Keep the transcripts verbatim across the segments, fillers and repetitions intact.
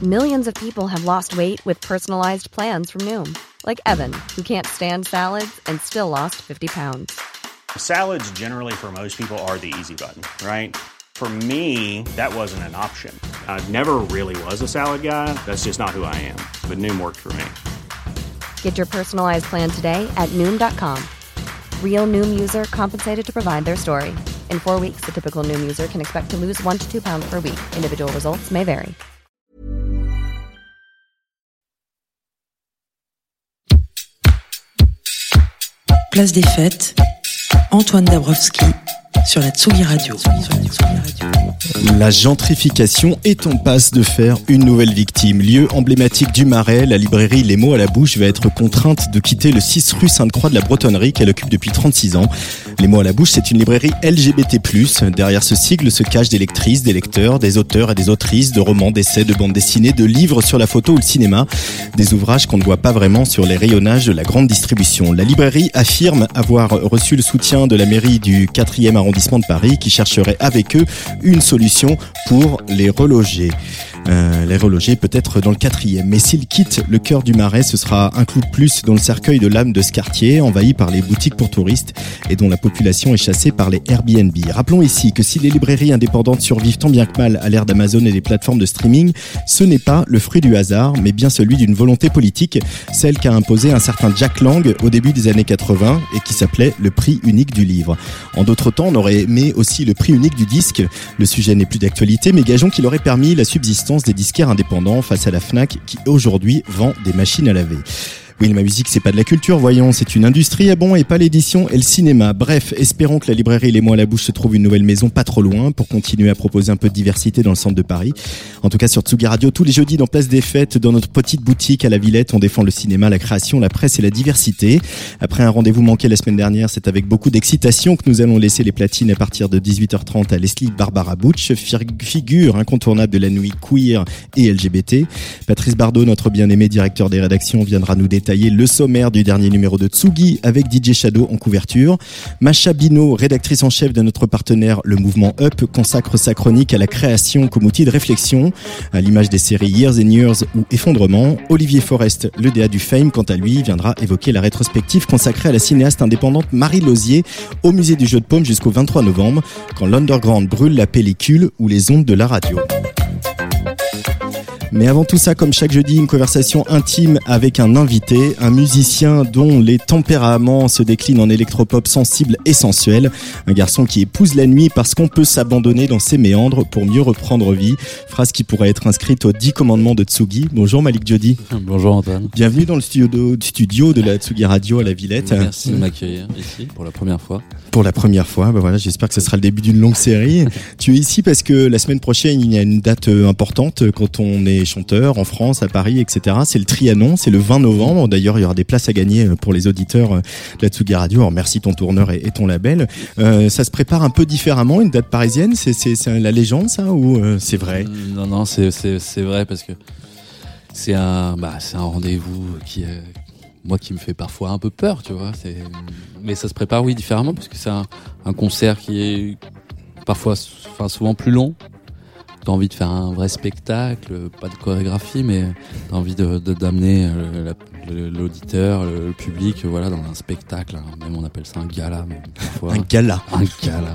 Millions of people have lost weight with personalized plans from Noom. Like Evan, who can't stand salads and still lost fifty pounds. Salads generally for most people are the easy button, right? For me, that wasn't an option. I never really was a salad guy. That's just not who I am. But Noom worked for me. Get your personalized plan today at Noom dot com. Real Noom user compensated to provide their story. In four weeks, the typical Noom user can expect to lose one to two pounds per week. Individual results may vary. Place des Fêtes, Antoine Dabrowski sur la Tsugi Radio. La gentrification est en passe de faire une nouvelle victime. Lieu emblématique du Marais, la librairie Les Mots à la Bouche va être contrainte de quitter le six rue Sainte-Croix de la Bretonnerie qu'elle occupe depuis trente-six ans. Les Mots à la Bouche, c'est une librairie L G B T plus. Derrière ce sigle se cachent des lectrices, des lecteurs, des auteurs et des autrices de romans, d'essais, de bandes dessinées, de livres sur la photo ou le cinéma. Des ouvrages qu'on ne voit pas vraiment sur les rayonnages de la grande distribution. La librairie affirme avoir reçu le soutien de la mairie du quatrième arrondissement de Paris qui chercherait avec eux une solution pour les reloger. Euh, les reloger peut-être dans le quatrième. Mais s'ils quittent le cœur du Marais, ce sera un clou de plus dans le cercueil de l'âme de ce quartier, envahi par les boutiques pour touristes et dont la population est chassée par les Airbnb. Rappelons ici que si les librairies indépendantes survivent tant bien que mal à l'ère d'Amazon et des plateformes de streaming, ce n'est pas le fruit du hasard, mais bien celui d'une volonté politique, celle qu'a imposée un certain Jack Lang au début des années quatre-vingts et qui s'appelait le prix unique du livre. En d'autres temps, on aurait aimé aussi le prix unique du disque. Le sujet n'est plus d'actualité, mais gageons qu'il aurait permis la subsistance des disquaires indépendants face à la Fnac qui aujourd'hui vend des machines à laver. Oui, ma musique, c'est pas de la culture, voyons, c'est une industrie à bon et pas l'édition et le cinéma. Bref, espérons que la librairie Les Mots à la Bouche se trouve une nouvelle maison pas trop loin pour continuer à proposer un peu de diversité dans le centre de Paris. En tout cas, sur Tsugi Radio, tous les jeudis dans Place des Fêtes, dans notre petite boutique à la Villette, on défend le cinéma, la création, la presse et la diversité. Après un rendez-vous manqué la semaine dernière, c'est avec beaucoup d'excitation que nous allons laisser les platines à partir de dix-huit heures trente à Leslie Barbara Butch, figure incontournable de la nuit queer et L G B T. Patrice Bardot, notre bien-aimé directeur des rédactions, viendra nous détailler le sommaire du dernier numéro de Tsugi avec D J Shadow en couverture. Macha Bino, rédactrice en chef de notre partenaire le mouvement Up, consacre sa chronique à la création comme outil de réflexion, à l'image des séries Years and Years ou Effondrement. Olivier Forest, le D A du Fame, quant à lui, viendra évoquer la rétrospective consacrée à la cinéaste indépendante Marie Lausier au musée du jeu de paume jusqu'au vingt-trois novembre, quand l'underground brûle la pellicule ou les ondes de la radio. Mais avant tout ça, comme chaque jeudi, une conversation intime avec un invité, un musicien dont les tempéraments se déclinent en électropop sensible et sensuel, un garçon qui épouse la nuit parce qu'on peut s'abandonner dans ses méandres pour mieux reprendre vie, phrase qui pourrait être inscrite aux dix commandements de Tsugi. Bonjour Malik Jody. Bonjour Antoine. Bienvenue dans le studio de, studio de la Tsugi Radio à la Villette. Merci de m'accueillir ici pour la première fois. Pour la première fois, bah voilà, j'espère que ce sera le début d'une longue série. Tu es ici parce que la semaine prochaine, il y a une date importante quand on est chanteur en France, à Paris, et cetera. C'est le Trianon, c'est le vingt novembre. D'ailleurs, il y aura des places à gagner pour les auditeurs de la Tsugi Radio. Alors, merci ton tourneur et, et ton label. Euh, ça se prépare un peu différemment, une date parisienne. C'est, c'est, c'est la légende, ça, ou euh, c'est vrai? Non, non, c'est, c'est, c'est vrai parce que c'est un, bah, c'est un rendez-vous qui est, moi, qui me fait parfois un peu peur, tu vois. C'est, mais ça se prépare, oui, différemment parce que c'est un, un concert qui est parfois, enfin, souvent plus long. T'as envie de faire un vrai spectacle, pas de chorégraphie, mais t'as envie de, de d'amener le, le, l'auditeur, le, le public, voilà, dans un spectacle. Hein. Même on appelle ça un gala. Mais parfois, un gala. Un gala.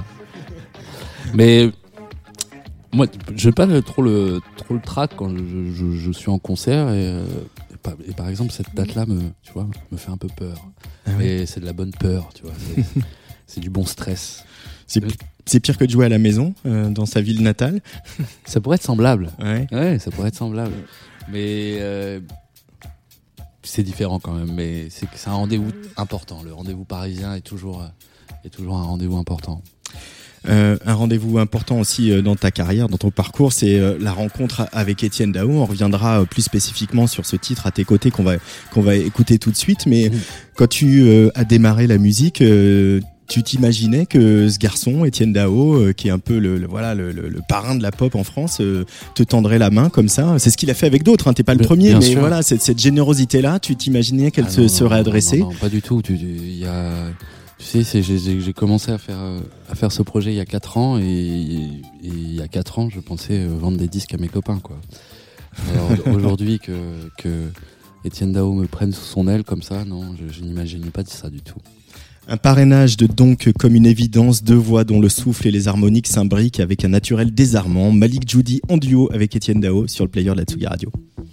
Mais moi, j'ai pas trop le trop le trac quand je, je, je suis en concert et, euh, et, et par exemple cette date-là me, tu vois, me fait un peu peur. Ah oui. Mais c'est de la bonne peur, tu vois. C'est, c'est du bon stress. C'est, c'est pire que de jouer à la maison, euh, dans sa ville natale. Ça pourrait être semblable. Ouais. Ouais, ça pourrait être semblable. Mais euh, c'est différent quand même. Mais c'est, c'est un rendez-vous important. Le rendez-vous parisien est toujours, est toujours un rendez-vous important. Euh, un rendez-vous important aussi euh, dans ta carrière, dans ton parcours, c'est euh, la rencontre avec Étienne Dao. On reviendra euh, plus spécifiquement sur ce titre à tes côtés qu'on va qu'on va écouter tout de suite. Mais mmh. quand tu euh, as démarré la musique, euh, tu t'imaginais que ce garçon, Étienne Dao, euh, qui est un peu le, le voilà le, le, le parrain de la pop en France, euh, te tendrait la main comme ça? C'est ce qu'il a fait avec d'autres. Hein, t'es pas le premier, Bien mais sûr. Voilà, cette, cette générosité-là, tu t'imaginais qu'elle ah se non, serait non, adressée? Non, non, pas du tout. Tu, il y a Tu sais, c'est, j'ai, j'ai commencé à faire, à faire ce projet il y a quatre ans et, et, et il y a quatre ans, je pensais vendre des disques à mes copains, quoi. Alors, aujourd'hui que, que Etienne Dao me prenne sous son aile comme ça, non, je, je n'imaginais pas ça du tout. Un parrainage de donc comme une évidence, deux voix dont le souffle et les harmoniques s'imbriquent avec un naturel désarmant. Malik Djoudi en duo avec Etienne Dao sur le player de la Tsugi Radio.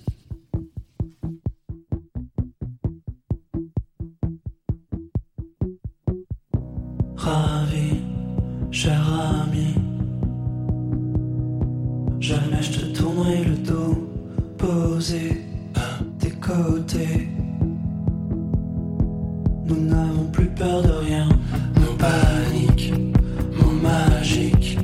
Ravi, cher ami, jamais je te tournerai le dos, posé à tes côtés. Nous n'avons plus peur de rien, nos paniques, mots magiques,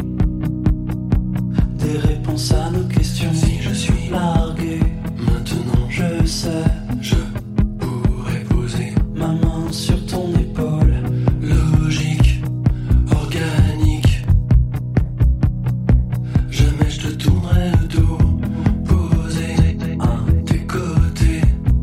des réponses à nos questions. Si je suis largué, maintenant je sais, je pourrais poser ma main sur ton épaule. Logique, organique, jamais je te tournerai le dos, posé à tes côtés.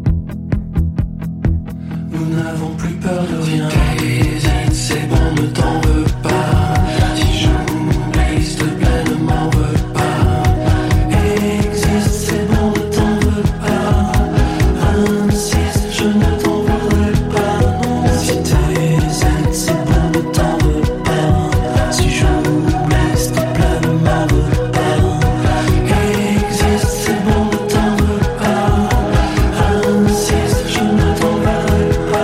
Nous n'avons plus peur de rien. T'hésites, c'est bon, ne t'en veux pas. Si j'oublie, s'il te plaît, ne m'en veux pas. Existe, c'est bon, ne t'en veux pas. Insiste, je ne t'en voudrais pas. Non, si t'hésites, c'est bon, ne t'en veux pas. Si j'oublie, s'il te plaît, ne m'en veux pas. Existe, c'est bon, ne t'en veux pas. Insiste, je ne t'en voudrais pas.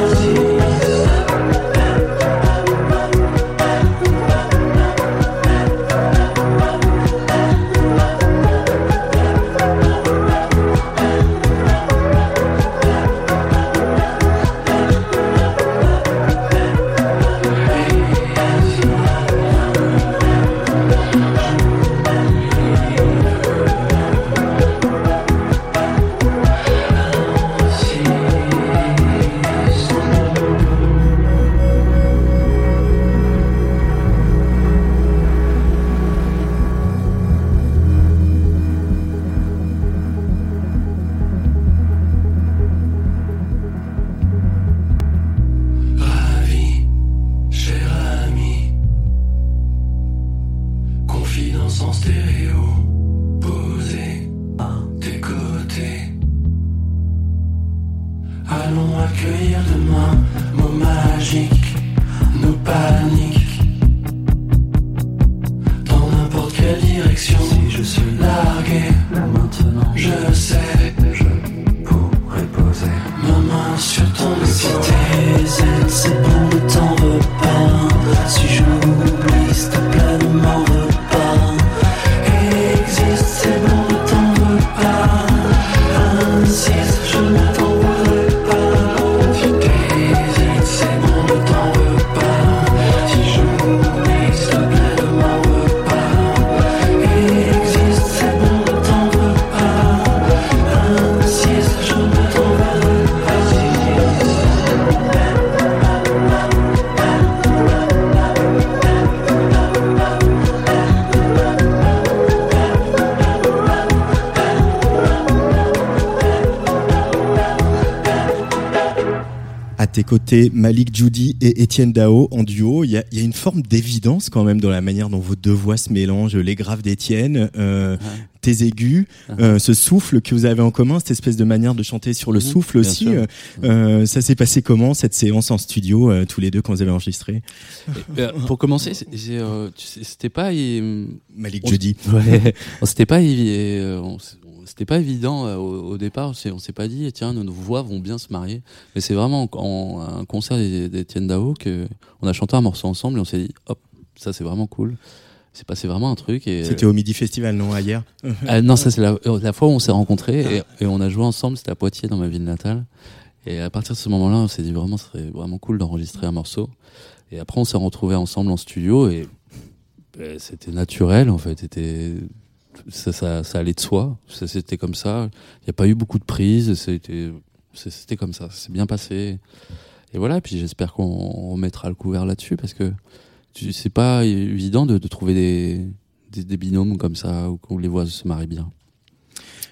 Ravi, cher ami, confidence en stéréo, posé à tes côtés. Allons accueillir demain, mots magiques, nos paniques, dans n'importe quelle direction. Si je suis largué, maintenant je sais, je pourrais poser ma main sur ton épaule. Si t'hésites, c'est bon, ne t'en veux pas. Si j'oublie, s'il te plaît, ne m'en veux pas. Existe, c'est bon, ne t'en veux pas. Insiste, je ne t'en voudrais pas. Si t'hésites, c'est bon, ne t'en veux pas. Si j'oublie, s'il te plaît, ne m'en veux pas. Existe, c'est bon, ne t'en veux pas. Insiste, je ne t'en voudrais pas. À tes côtés, Malik Djoudi et Etienne Dao en duo. Il y a, il y a une forme d'évidence quand même dans la manière dont vos deux voix se mélangent. Les graves d'Etienne, euh, Ah. tes aigus, Ah. euh, ce souffle que vous avez en commun, cette espèce de manière de chanter sur le Mhm, souffle bien aussi. sûr. Euh, ça s'est passé comment cette séance en studio, euh, tous les deux quand vous avez enregistré? Et, euh, pour commencer, c'est- j'ai, euh, tu sais, c'était pas. euh, Malik on- Djoudi. Ouais. On- c'était pas évi- euh, on s- on- c'était pas évident euh, au, au départ. C'est- On s'est pas dit tiens nos, nos voix vont bien se marier. Mais c'est vraiment en, en- un concert d'É- d'Étienne Dao que on a chanté un morceau ensemble et on s'est dit hop ça c'est vraiment cool. C'est passé vraiment un truc et C'était au Midi Festival, non, à hier? Ah, non, ça c'est la, la fois où on s'est rencontrés et, et on a joué ensemble. C'était à Poitiers dans ma ville natale. Et à partir de ce moment-là, on s'est dit vraiment ce serait vraiment cool d'enregistrer un morceau. Et après on s'est retrouvés ensemble en studio et ben, c'était naturel en fait. C'était ça, ça, ça allait de soi. Ça, c'était comme ça. Il n'y a pas eu beaucoup de prises. C'était, c'était comme ça. C'est bien passé. Et voilà. Puis j'espère qu'on on mettra le couvert là-dessus parce que tu, c'est pas évident de, de trouver des, des, des binômes comme ça où, où les voix se marient bien.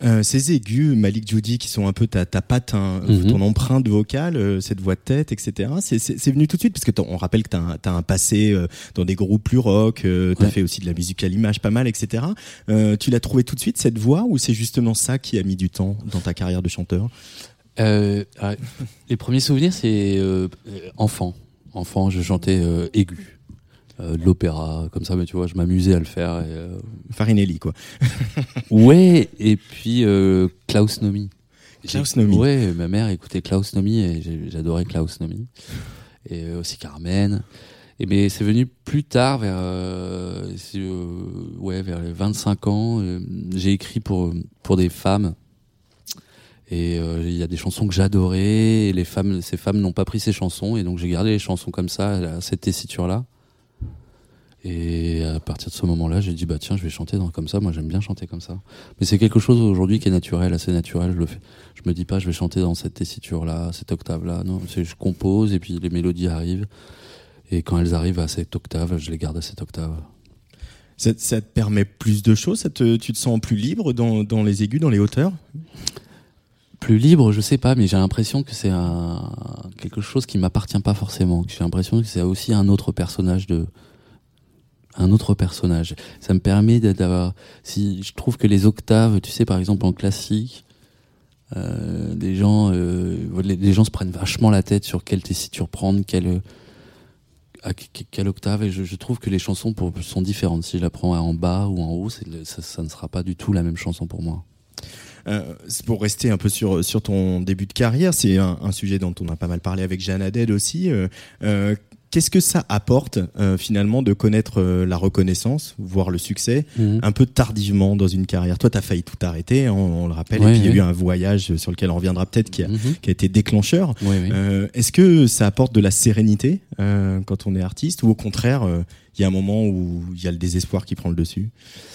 Euh, ces aigus, Malik Djoudi, qui sont un peu ta, ta patte, hein, mm-hmm. ton empreinte vocale, euh, cette voix de tête, et cetera. C'est, c'est, c'est venu tout de suite, parce que on rappelle que t'as un, t'as un passé euh, dans des groupes plus rock, euh, t'as ouais. fait aussi de la musique à l'image pas mal, et cetera. Euh, tu l'as trouvé tout de suite, cette voix, ou c'est justement ça qui a mis du temps dans ta carrière de chanteur? euh, euh, Les premiers souvenirs, c'est euh, enfant. Enfant, je chantais euh, aigu. Euh, de l'opéra, comme ça, mais tu vois, je m'amusais à le faire. Et, euh... Farinelli, quoi. Ouais, et puis euh, Klaus Nomi. Klaus Nomi. Ouais, ma mère écoutait Klaus Nomi et j'adorais Klaus Nomi. Et euh, aussi Carmen. Et mais c'est venu plus tard, vers euh, euh, ouais, vers les vingt-cinq ans. Euh, j'ai écrit pour pour des femmes. Et il euh, y a des chansons que j'adorais. Et les femmes, ces femmes n'ont pas pris ces chansons, et donc j'ai gardé les chansons comme ça, à cette tessiture-là. Et à partir de ce moment-là, j'ai dit bah tiens, je vais chanter dans, comme ça. Moi, j'aime bien chanter comme ça. Mais c'est quelque chose aujourd'hui qui est naturel, assez naturel. Je le fais. Je me dis pas, je vais chanter dans cette tessiture-là, cette octave-là. Non, c'est, je compose et puis les mélodies arrivent. Et quand elles arrivent à cette octave, je les garde à cette octave. Ça, ça te permet plus de choses. Ça te, tu te sens plus libre dans, dans les aigus, dans les hauteurs. Plus libre, je sais pas, mais j'ai l'impression que c'est un quelque chose qui m'appartient pas forcément. J'ai l'impression que c'est aussi un autre personnage de. un autre personnage. Ça me permet d'avoir, si je trouve que les octaves, tu sais, par exemple en classique, euh, des gens, euh, les, les gens se prennent vachement la tête sur quelle tessiture prendre, quelle, à quelle octave, et je, je trouve que les chansons pour, sont différentes. Si je la prends en bas ou en haut, c'est, ça, ça ne sera pas du tout la même chanson pour moi. Euh, pour rester un peu sur sur ton début de carrière, c'est un, un sujet dont on a pas mal parlé avec Jeanne Haddad aussi. Euh, euh, Qu'est-ce que ça apporte euh, finalement de connaître euh, la reconnaissance, voire le succès, mmh. un peu tardivement dans une carrière? Toi, t'as failli tout arrêter, hein, on, on le rappelle, ouais, et puis il ouais. y a eu un voyage sur lequel on reviendra peut-être qui a, mmh. qui a été déclencheur. Ouais, ouais. Euh, est-ce que ça apporte de la sérénité euh, quand on est artiste, ou au contraire, il euh, y a un moment où il y a le désespoir qui prend le dessus?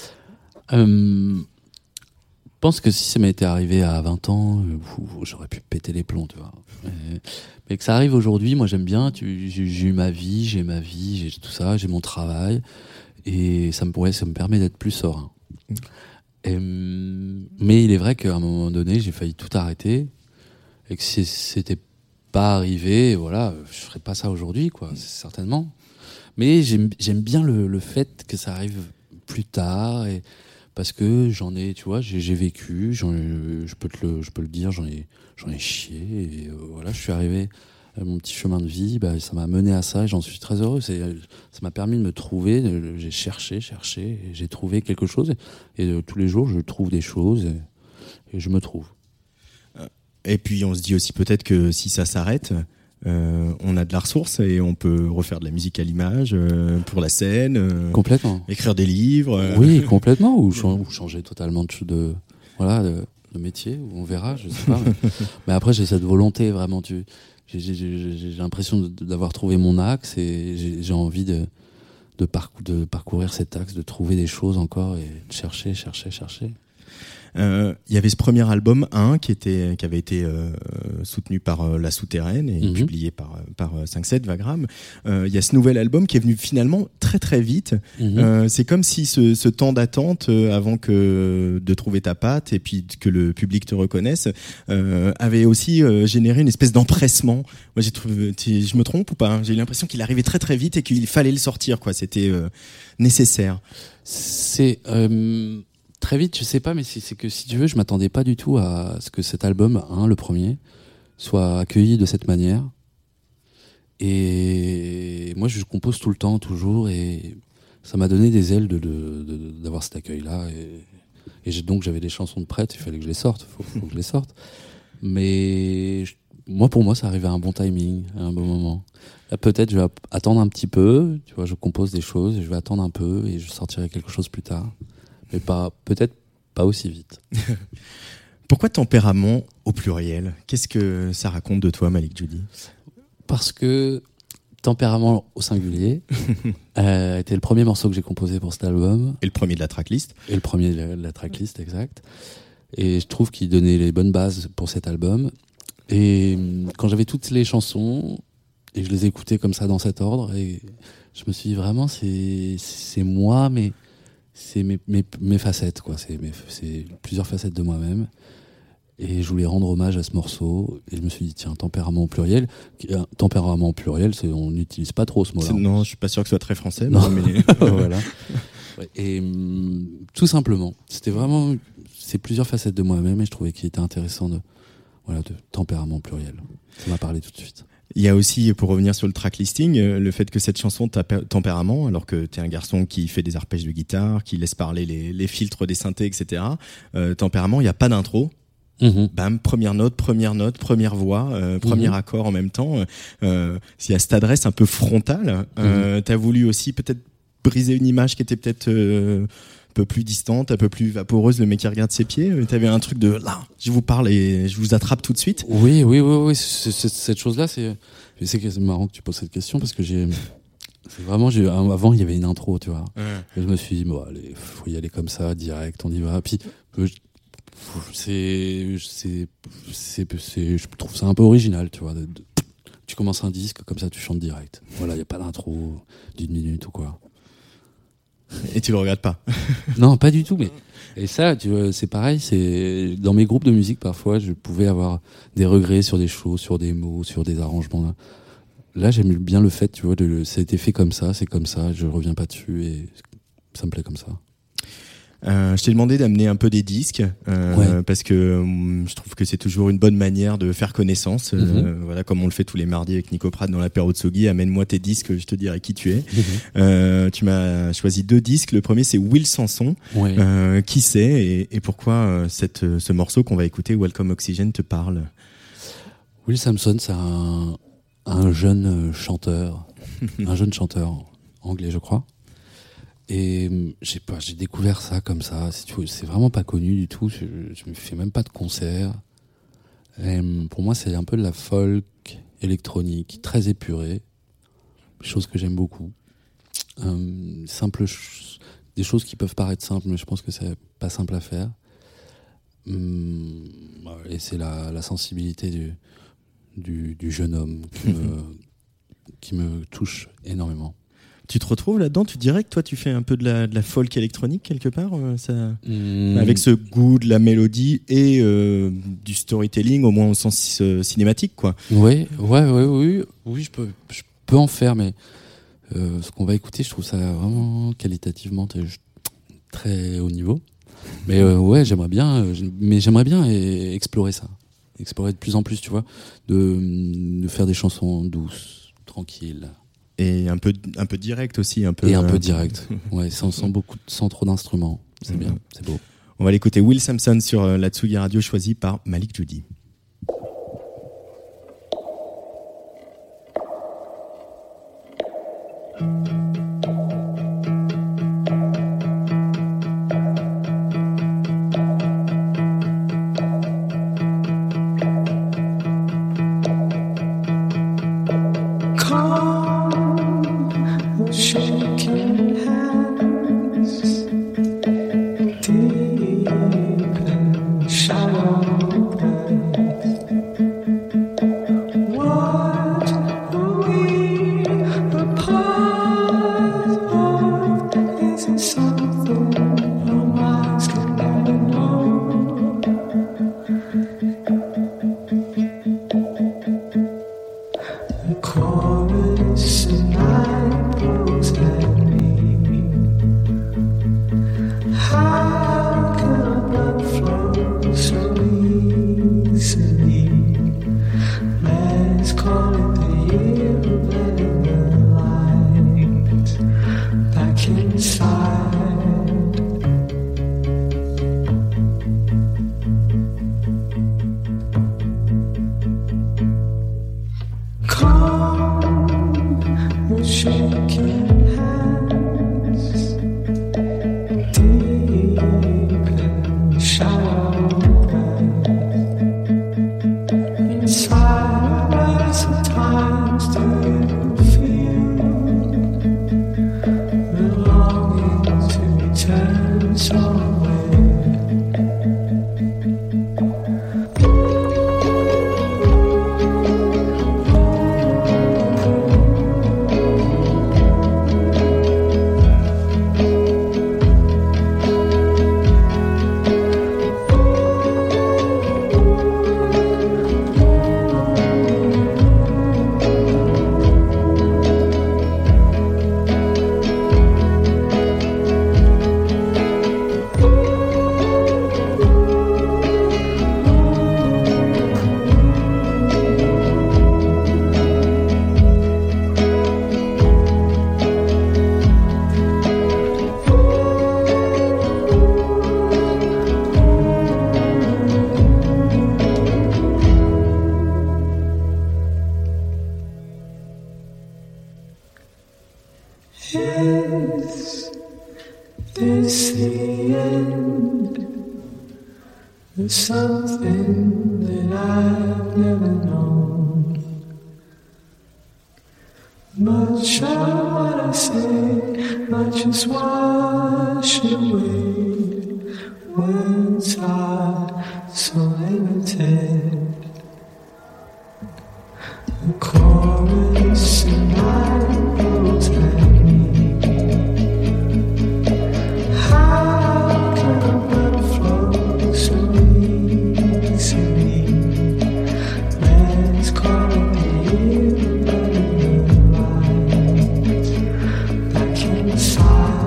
euh... Je pense que si ça m'était arrivé à vingt ans, euh, j'aurais pu péter les plombs, tu vois. Mais, mais que ça arrive aujourd'hui, moi j'aime bien. Tu, j'ai, j'ai eu ma vie, j'ai ma vie, j'ai tout ça, j'ai mon travail, et ça me, ouais, ça me permet d'être plus serein. Et, mais il est vrai qu'à un moment donné, j'ai failli tout arrêter, et que si c'était pas arrivé, voilà, je ferais pas ça aujourd'hui, quoi, certainement. Mais j'aime, j'aime bien le, le fait que ça arrive plus tard, et parce que j'en ai, tu vois, j'ai, j'ai vécu, j'en ai, je peux te le, je peux le dire, j'en ai, j'en ai chié, et euh, voilà, je suis arrivé à mon petit chemin de vie, bah, ça m'a mené à ça, et j'en suis très heureux. C'est, ça m'a permis de me trouver, de, j'ai cherché, cherché, et j'ai trouvé quelque chose, et, et euh, tous les jours, je trouve des choses, et, et je me trouve. Et puis, on se dit aussi peut-être que si ça s'arrête, Euh, on a de la ressource et on peut refaire de la musique à l'image euh, pour la scène, euh, complètement, écrire des livres, euh. oui, complètement, ou, ch- ou changer totalement de, de voilà de, de métier, ou on verra, je sais pas. mais, mais après, j'ai cette volonté vraiment, tu, j'ai, j'ai, j'ai, j'ai l'impression de, d'avoir trouvé mon axe, et j'ai, j'ai envie de de, parcou- de parcourir cet axe, de trouver des choses encore, et de chercher, chercher, chercher. Il euh, y avait ce premier album un qui était qui avait été euh, soutenu par euh, La Souterraine et mm-hmm. publié par par cinq sept Vagram. Il euh, y a ce nouvel album qui est venu finalement très très vite. Mm-hmm. Euh, c'est comme si ce, ce temps d'attente euh, avant que de trouver ta patte et puis que le public te reconnaisse euh, avait aussi euh, généré une espèce d'empressement. Moi j'ai trouvé, je me trompe ou pas? J'ai eu l'impression qu'il arrivait très très vite et qu'il fallait le sortir, quoi. C'était euh, nécessaire. C'est euh... Très vite, je sais pas, mais c'est, c'est que si tu veux, je m'attendais pas du tout à ce que cet album, hein, le premier, soit accueilli de cette manière. Et moi, je compose tout le temps, toujours, et ça m'a donné des ailes de, de, de, d'avoir cet accueil-là. Et, et j'ai, donc, j'avais des chansons de prêtes, il fallait que je les sorte, faut, faut que je les sorte. Mais je, moi, pour moi, ça arrivait à un bon timing, à un bon moment. Là, peut-être, je vais attendre un petit peu, tu vois, je compose des choses, et je vais attendre un peu, et je sortirai quelque chose plus tard. Mais pas, peut-être pas aussi vite. Pourquoi tempérament au pluriel? Qu'est-ce que ça raconte de toi, Malik Djoudi? Parce que tempérament au singulier euh, était le premier morceau que j'ai composé pour cet album. Et le premier de la tracklist. Et le premier de la, de la tracklist, exact. Et je trouve qu'il donnait les bonnes bases pour cet album. Et quand j'avais toutes les chansons, et je les écoutais comme ça dans cet ordre, et je me suis dit vraiment, c'est, c'est moi, mais c'est mes, mes, mes facettes, quoi. C'est, mes, c'est plusieurs facettes de moi-même. Et je voulais rendre hommage à ce morceau. Et je me suis dit, tiens, tempérament au pluriel. Tempérament au pluriel, c'est, on n'utilise pas trop ce mot-là. C'est, non, je suis pas sûr que ce soit très français. Non, mais... voilà. Et hum, tout simplement, c'était vraiment, c'est plusieurs facettes de moi-même et je trouvais qu'il était intéressant de, voilà, de tempérament au pluriel. Ça m'a parlé tout de suite. Il y a aussi, pour revenir sur le track listing, le fait que cette chanson t'a tempérament, alors que t'es un garçon qui fait des arpèges de guitare, qui laisse parler les, les filtres des synthés, et cetera. Euh, tempérament, il n'y a pas d'intro. Mmh. Bam, première note, première note, première voix, euh, premier mmh. accord en même temps. Euh, il y a cette adresse un peu frontale. Euh, mmh. T'as voulu aussi peut-être briser une image qui était peut-être euh, un peu plus distante, un peu plus vaporeuse, le mec qui regarde ses pieds. T'avais un truc de là, je vous parle et je vous attrape tout de suite. Oui, oui, oui, oui. C'est, c'est, cette chose-là, c'est, c'est, c'est marrant que tu poses cette question parce que j'ai, c'est vraiment, j'ai, avant il y avait une intro, tu vois. Ouais. Et je me suis dit, bon, allez, faut y aller comme ça, direct, on y va. Puis, c'est, c'est, c'est, c'est, je trouve ça un peu original, tu vois. De, de, tu commences un disque, comme ça, tu chantes direct. Voilà, il y a pas d'intro d'une minute ou quoi. Et tu le regardes pas? Non, pas du tout. Mais et ça, tu vois, c'est pareil. C'est dans mes groupes de musique parfois, je pouvais avoir des regrets sur des choses, sur des mots, sur des arrangements. Là, là j'aime bien le fait, tu vois, de, ça a été fait comme ça, c'est comme ça. Je reviens pas dessus et ça me plaît comme ça. Euh, je t'ai demandé d'amener un peu des disques euh, ouais. parce que euh, je trouve que c'est toujours une bonne manière de faire connaissance. Mm-hmm. Euh, voilà, comme on le fait tous les mardis avec Nico Pratt dans l'apéro de Tsugi. Amène-moi tes disques, je te dirai qui tu es. Mm-hmm. Euh, tu m'as choisi deux disques. Le premier c'est Will Samson. Ouais. Euh, qui c'est et, et pourquoi euh, cette, ce morceau qu'on va écouter, Welcome Oxygen, te parle? Will Samson, c'est un, un jeune chanteur, un jeune chanteur anglais, je crois. Et j'ai pas, j'ai découvert ça comme ça. Si tu veux, c'est vraiment pas connu du tout. Je, je me fais même pas de concert. Et pour moi, c'est un peu de la folk électronique, très épurée, chose que j'aime beaucoup. Euh, simple, des choses qui peuvent paraître simples, mais je pense que c'est pas simple à faire. Et c'est la, la sensibilité du, du, du jeune homme qui me, qui me touche énormément. Tu te retrouves là-dedans? Tu dirais que toi tu fais un peu de la, de la folk électronique quelque part euh, ça... mmh. Avec ce goût de la mélodie et euh, du storytelling au moins au sens euh, cinématique quoi. Oui, ouais, ouais, oui, oui, je peux, je peux en faire, mais euh, ce qu'on va écouter, je trouve ça vraiment qualitativement très, très haut niveau. Mais euh, ouais, j'aimerais bien, euh, mais j'aimerais bien et, explorer ça, explorer de plus en plus, tu vois, de, de faire des chansons douces, tranquilles. Et un peu, un peu direct aussi, un peu. Et un peu direct, ouais, sans, sans beaucoup, sans trop d'instruments. C'est mmh. bien, c'est beau. On va l'écouter Will Samson sur la Tsugi Radio, choisi par Malik Judy. Deep and shallow. There's something that I've never known. Much of what I say might just wash away. Words are so limited. The chorus in my throat at me. How can a blood flow so easily? Let's call it the year running the lights back inside.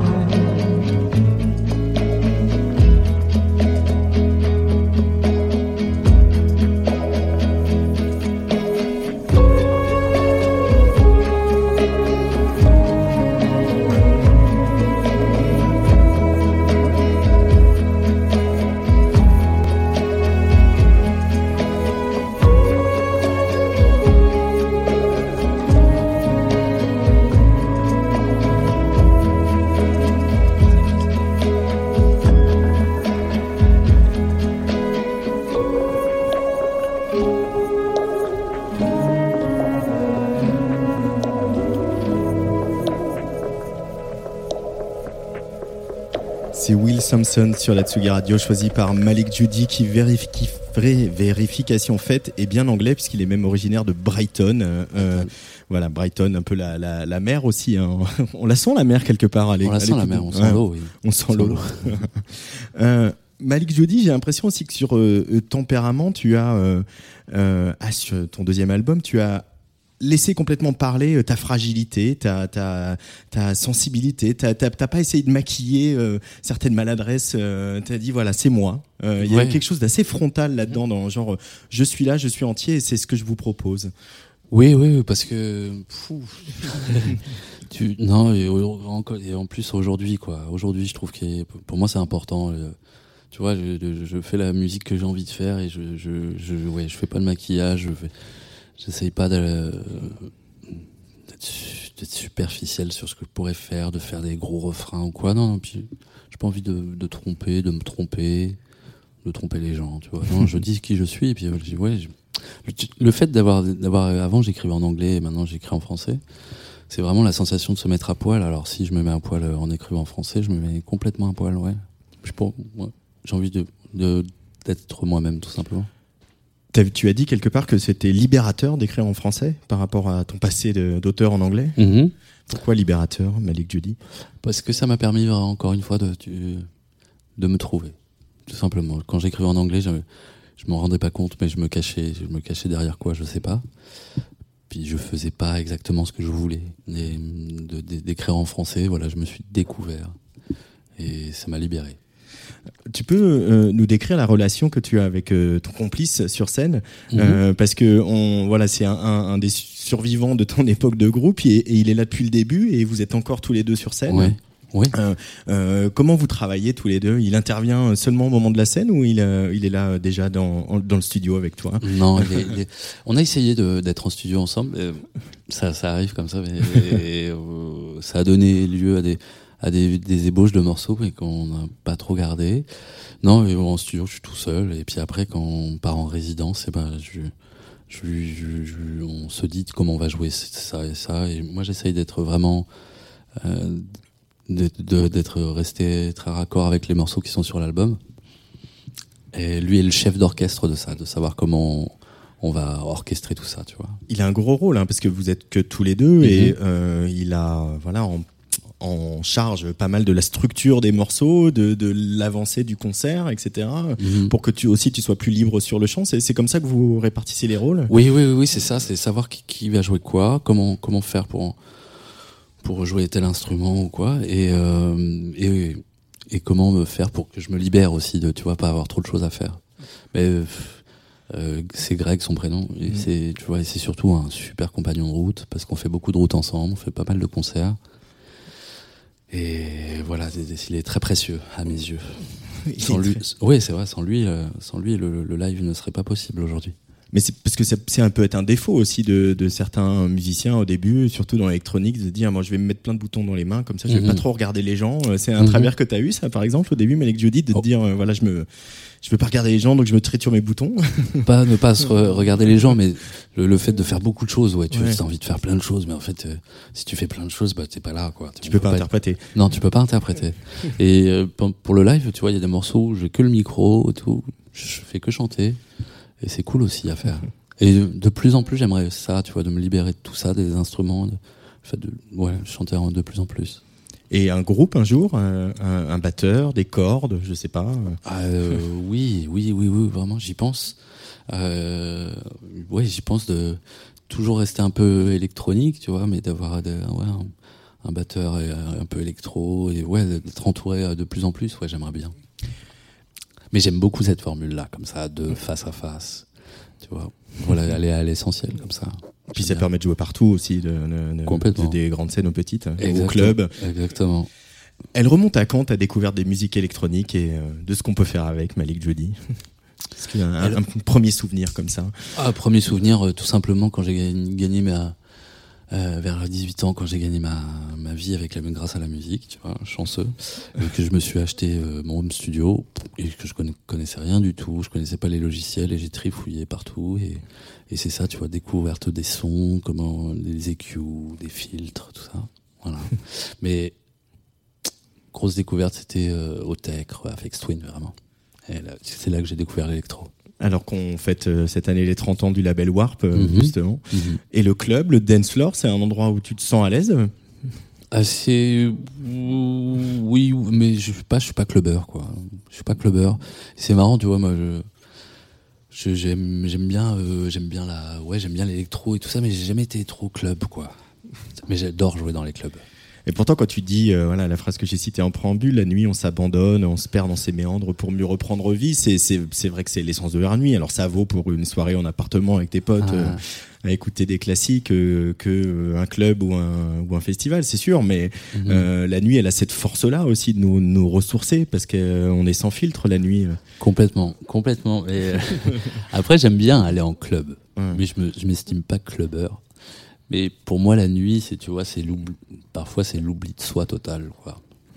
C'est Will Sampson sur la Tsugi Radio, choisi par Malik Judy, qui vérifie, qui ferait vérification faite et bien anglais, puisqu'il est même originaire de Brighton. Euh, euh, voilà, Brighton, un peu la, la, la mer aussi. Hein. On la sent la mer quelque part. À on la sent la mer, on sent ouais, l'eau. Oui. On sent l'eau. euh, Malik Judy, j'ai l'impression aussi que sur euh, Tempérament, tu as, euh, euh, ah, sur ton deuxième album, tu as laisser complètement parler ta fragilité, ta ta ta sensibilité. T'as t'as, t'as pas essayé de maquiller euh, certaines maladresses. Euh, t'as dit voilà, c'est moi. Il euh, y ouais. a quelque chose d'assez frontal là-dedans, dans genre je suis là, je suis entier, et c'est ce que je vous propose. Oui, oui, parce que fou. tu non et, encore, et en plus aujourd'hui quoi. Aujourd'hui, je trouve que pour moi c'est important. Le, tu vois, je, je fais la musique que j'ai envie de faire et je je je ouais, je fais pas de maquillage. Je fais, J'essaye pas de, d'être, d'être superficiel sur ce que je pourrais faire, de faire des gros refrains ou quoi. Non, non, puis j'ai pas envie de, de tromper, de me tromper, de tromper les gens, tu vois. Non, je dis qui je suis et puis je dis ouais. Je, le fait d'avoir, d'avoir, avant j'écrivais en anglais et maintenant j'écris en français, c'est vraiment la sensation de se mettre à poil. Alors si je me mets à poil en écrivant en français, je me mets complètement à poil, ouais. Je sais pas, ouais. J'ai envie de, de, d'être moi-même, tout simplement. Tu as dit quelque part que c'était libérateur d'écrire en français par rapport à ton passé de, d'auteur en anglais. Mm-hmm. Pourquoi libérateur, Malik Judy ? Parce que ça m'a permis encore une fois de, de me trouver, tout simplement. Quand j'écrivais en anglais, je, je m'en rendais pas compte, mais je me cachais, je me cachais derrière quoi, je sais pas. Puis je faisais pas exactement ce que je voulais. Et de, de, d'écrire en français, voilà, je me suis découvert et ça m'a libéré. Tu peux euh, nous décrire la relation que tu as avec euh, ton complice sur scène, mmh. euh, parce que on, voilà, c'est un, un, un des survivants de ton époque de groupe et, et il est là depuis le début et vous êtes encore tous les deux sur scène. Ouais. Oui. Euh, euh, comment vous travaillez tous les deux ? Il intervient seulement au moment de la scène ou il, euh, il est là déjà dans, dans le studio avec toi ? Non, il est, il est... on a essayé de, d'être en studio ensemble. Ça, ça arrive comme ça, mais et, euh, ça a donné lieu à des à des, des ébauches de morceaux mais qu'on n'a pas trop gardé. Non, mais en studio, je suis tout seul. Et puis après, quand on part en résidence, et ben, je, je, je, je, on se dit comment on va jouer ça et ça. Et moi, j'essaye d'être vraiment, euh, d'être, d'être resté très raccord avec les morceaux qui sont sur l'album. Et lui est le chef d'orchestre de ça, de savoir comment on, on va orchestrer tout ça, tu vois. Il a un gros rôle, hein, parce que vous êtes que tous les deux, mm-hmm. et euh, il a, voilà, en en charge pas mal de la structure des morceaux, de, de l'avancée du concert, et cetera. Mmh. Pour que tu aussi tu sois plus libre sur le chant. C'est, c'est comme ça que vous répartissez les rôles ? Oui, oui, oui, oui, c'est ça. C'est savoir qui, qui va jouer quoi, comment comment faire pour pour jouer tel instrument ou quoi, et euh, et et comment me faire pour que je me libère aussi de, tu vois, pas avoir trop de choses à faire. Mais euh, c'est Greg son prénom. Et mmh. c'est, tu vois, et c'est surtout un super compagnon de route parce qu'on fait beaucoup de routes ensemble, on fait pas mal de concerts. Et voilà, il est très précieux à mes yeux. Sans lui, oui, c'est vrai, sans lui, euh, sans lui, le, le live ne serait pas possible aujourd'hui. Mais c'est parce que c'est, c'est un peu être un défaut aussi de, de certains musiciens au début, surtout dans l'électronique, de dire moi je vais me mettre plein de boutons dans les mains, comme ça je vais mm-hmm. pas trop regarder les gens. C'est un mm-hmm. travers que tu as eu ça par exemple au début, Malik Jody, de te oh. dire euh, voilà je me je veux pas regarder les gens donc je me triture mes boutons. Pas ne pas se re- regarder les gens, mais le, le fait de faire beaucoup de choses, ouais, tu ouais. as envie de faire plein de choses, mais en fait euh, si tu fais plein de choses, bah t'es pas là quoi. Tu peux pas, pas interpréter. Être... Non, tu peux pas interpréter. Et euh, pour le live, tu vois, il y a des morceaux où j'ai que le micro, tout, je fais que chanter, et c'est cool aussi à faire. Et de, de plus en plus, j'aimerais ça, tu vois, de me libérer de tout ça, des instruments, de, fait de ouais, chanter de plus en plus. Et un groupe un jour, un, un, un batteur, des cordes, je sais pas. Euh, oui, oui, oui, oui, vraiment, j'y pense. Euh, ouais, j'y pense de toujours rester un peu électronique, tu vois, mais d'avoir de, ouais, un, un batteur un peu électro et ouais, d'être entouré de plus en plus. Ouais, j'aimerais bien. Mais j'aime beaucoup cette formule-là, comme ça, de face à face. Tu vois, voilà, aller à l'essentiel comme ça. Puis ça bien. Permet de jouer partout aussi, de, de, de, Complètement. De, des grandes scènes aux petites, Exactement. Au club. Exactement. Elle remonte à quand ta découverte des musiques électroniques et euh, de ce qu'on peut faire avec Malik Jody? Est-ce qu'il y a un, un, un premier souvenir comme ça? Ah, premier souvenir, euh, tout simplement quand j'ai gagné, gagné ma, euh, vers dix-huit ans, quand j'ai gagné ma, ma vie avec la, grâce à la musique, tu vois, chanceux, euh, que je me suis acheté euh, mon home studio et que je connais, connaissais rien du tout, je connaissais pas les logiciels et j'ai trifouillé partout et, et c'est ça, tu vois, découverte des sons, comment des E Q, des filtres, tout ça, voilà. Mais grosse découverte, c'était euh, Autech, Aphex Twin, vraiment. Et là, c'est là que j'ai découvert l'électro. Alors qu'on fête euh, cette année les trente ans du label Warp, euh, mm-hmm. justement. Mm-hmm. Et le club, le dance floor, c'est un endroit où tu te sens à l'aise? Ah, c'est oui, mais je suis pas, je suis pas clubbeur, quoi. Je suis pas clubbeur. C'est marrant, tu vois, moi, je, je j'aime, j'aime bien, euh, j'aime bien la, ouais, j'aime bien l'électro et tout ça, mais j'ai jamais été trop club, quoi. Mais j'adore jouer dans les clubs. Et pourtant, quand tu dis, euh, voilà, la phrase que j'ai citée en préambule, la nuit, on s'abandonne, on se perd dans ses méandres pour mieux reprendre vie. C'est, c'est, c'est vrai que c'est l'essence de la nuit. Alors, ça vaut pour une soirée en appartement avec tes potes, ah. euh, à écouter des classiques, euh, que euh, un club ou un ou un festival, c'est sûr. Mais mm-hmm. euh, la nuit, elle a cette force-là aussi de nous, nous ressourcer parce qu'on euh, est sans filtre la nuit. Complètement, complètement. Et euh, après, j'aime bien aller en club, ouais. mais je me, je m'estime pas clubbeur. Mais pour moi, la nuit, c'est, tu vois, c'est l'oubli, parfois c'est l'oubli de soi total, quoi.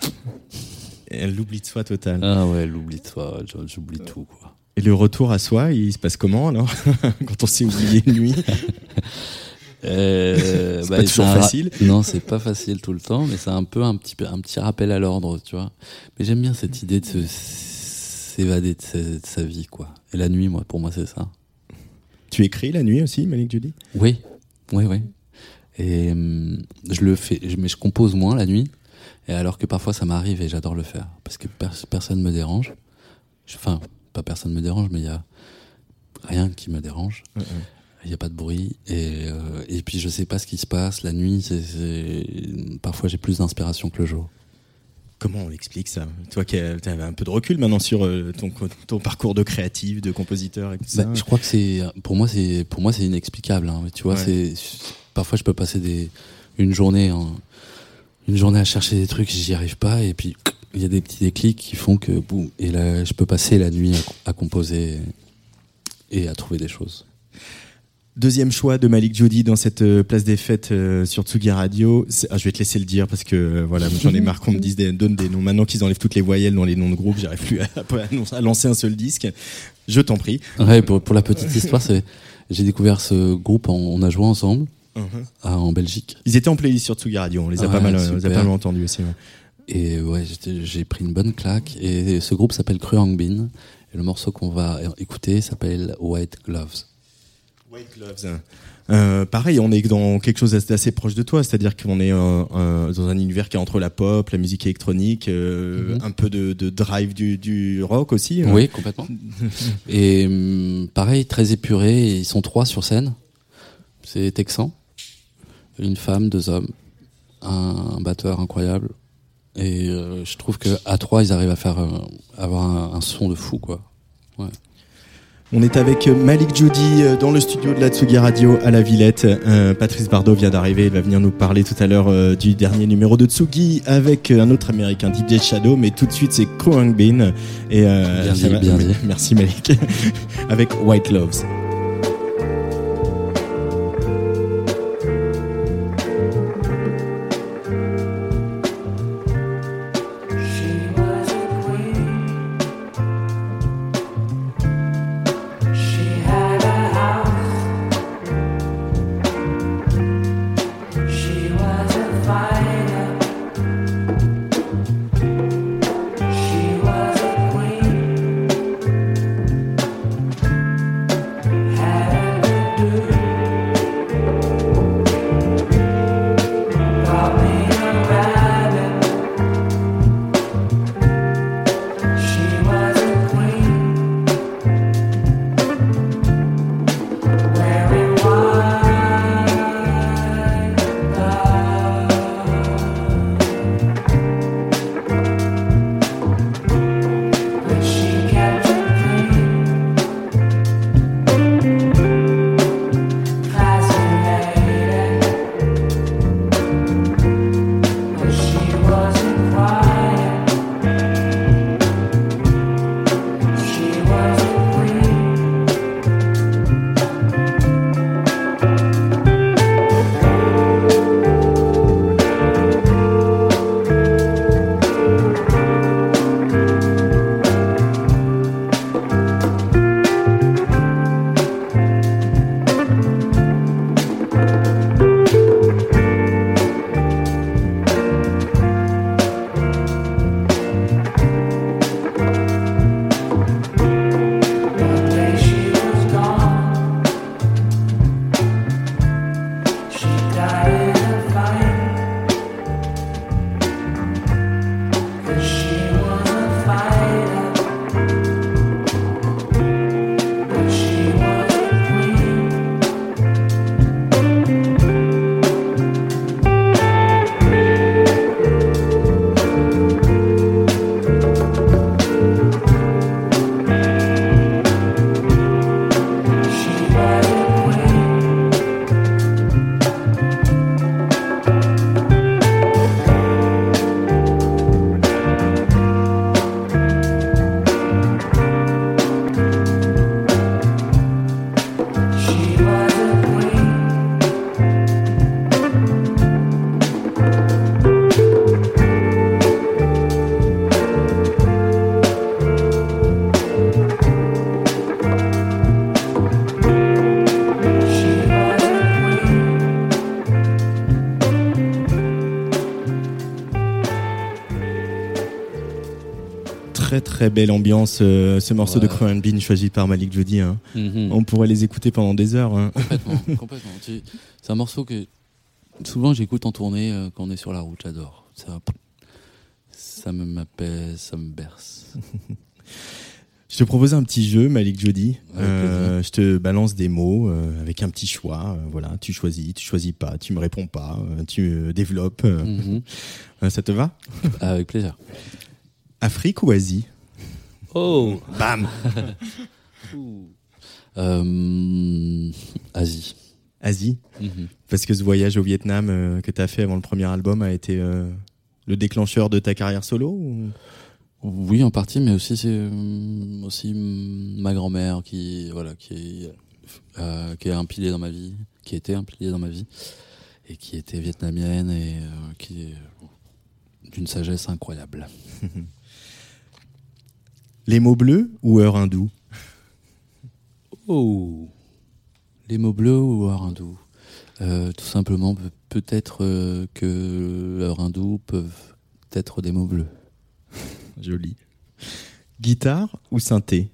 Et l'oubli de soi total. Ah ouais, l'oubli de soi, j'oublie tout, quoi. Et le retour à soi, il se passe comment, alors? Quand on s'est oublié une nuit? euh, c'est bah, pas toujours c'est facile. Ra- non, c'est pas facile tout le temps, mais c'est un peu un petit, un petit rappel à l'ordre, tu vois. Mais j'aime bien cette idée de se, s'évader de sa, de sa vie, quoi. Et la nuit, moi, pour moi, c'est ça. Tu écris la nuit aussi, Malik Jody? Oui, oui, oui. Et euh, je le fais, mais je compose moins la nuit. Et alors que parfois ça m'arrive et j'adore le faire parce que per- personne me dérange. Enfin, pas personne me dérange, mais il y a rien qui me dérange. Il mm-hmm. y a pas de bruit et euh, et puis je sais pas ce qui se passe la nuit. C'est, c'est... parfois j'ai plus d'inspiration que le jour. Comment on l'explique ça? Toi qui as un peu de recul maintenant sur ton, ton parcours de créatif, de compositeur et tout ça. Bah, je crois que c'est, pour moi, c'est, pour moi, c'est inexplicable. Hein. Tu vois, ouais. c'est, parfois je peux passer des, une journée, en, une journée à chercher des trucs, j'y arrive pas, et puis il y a des petits déclics qui font que, boum, et là, je peux passer la nuit à, à composer et à trouver des choses. Deuxième choix de Malik Jody dans cette euh, place des fêtes euh, sur Tsugi Radio. Ah, je vais te laisser le dire parce que euh, voilà, j'en ai marre qu'on me dise des, donne des noms. Maintenant qu'ils enlèvent toutes les voyelles dans les noms de groupe, j'arrive plus à, à, à lancer un seul disque. Je t'en prie. Ouais, pour, pour la petite histoire, c'est j'ai découvert ce groupe, en, on a joué ensemble uh-huh. à, en Belgique. Ils étaient en playlist sur Tsugi Radio. On les a ouais, pas mal, on les a pas mal entendus aussi. Ouais. Et ouais, j'ai pris une bonne claque. Et ce groupe s'appelle Kruhangbin. Et le morceau qu'on va écouter s'appelle White Gloves. White Gloves. Euh, pareil, on est dans quelque chose d'assez proche de toi, c'est-à-dire qu'on est euh, euh, dans un univers qui est entre la pop, la musique électronique, euh, mm-hmm. un peu de, de drive du, du rock aussi. Oui, hein. Complètement. Et euh, pareil, très épuré. Ils sont trois sur scène. C'est texan. Une femme, deux hommes, un, un batteur incroyable. Et euh, je trouve que à trois, ils arrivent à faire euh, avoir un, un son de fou, quoi. Ouais. On est avec Malik Jody dans le studio de la Tsugi Radio à la Villette. Euh, Patrice Bardot vient d'arriver, il va venir nous parler tout à l'heure euh, du dernier numéro de Tsugi avec un autre américain, D J Shadow, mais tout de suite c'est Kruhangbin. Et euh, bien dit, bien dit. Merci Malik. Avec White Gloves. très belle ambiance, euh, ce morceau Ouais. de Crow and Bean choisi par Malik Jody. Hein. Mhm. On pourrait les écouter pendant des heures. Hein. Complètement, complètement. Tu- C'est un morceau que souvent j'écoute en tournée euh, quand on est sur la route, j'adore. Ça, ça me m'apaise, ça me berce. Je te propose un petit jeu, Malik Jody. Avec Euh, je te balance des mots euh, avec un petit choix. Euh, voilà, tu choisis, tu choisis pas, tu me réponds pas, euh, tu euh, développes. euh. Mhm. Euh, ça te va? Avec plaisir. Afrique ou Asie? Oh Bam. euh, Asie. Asie. Mhm. Parce que ce voyage au Vietnam euh, que tu as fait avant le premier album a été euh, le déclencheur de ta carrière solo ou... Oui, en partie, mais aussi c'est euh, aussi mm, ma grand-mère qui voilà qui est euh, qui est un pilier dans ma vie, qui était un pilier dans ma vie et qui était vietnamienne et euh, qui est euh, d'une sagesse incroyable. Les mots bleus ou heure hindoue? Oh, les mots bleus ou heure hindoue. Euh, tout simplement, pe- peut-être euh, que heure hindoue peuvent être des mots bleus. Joli. Guitare ou synthé?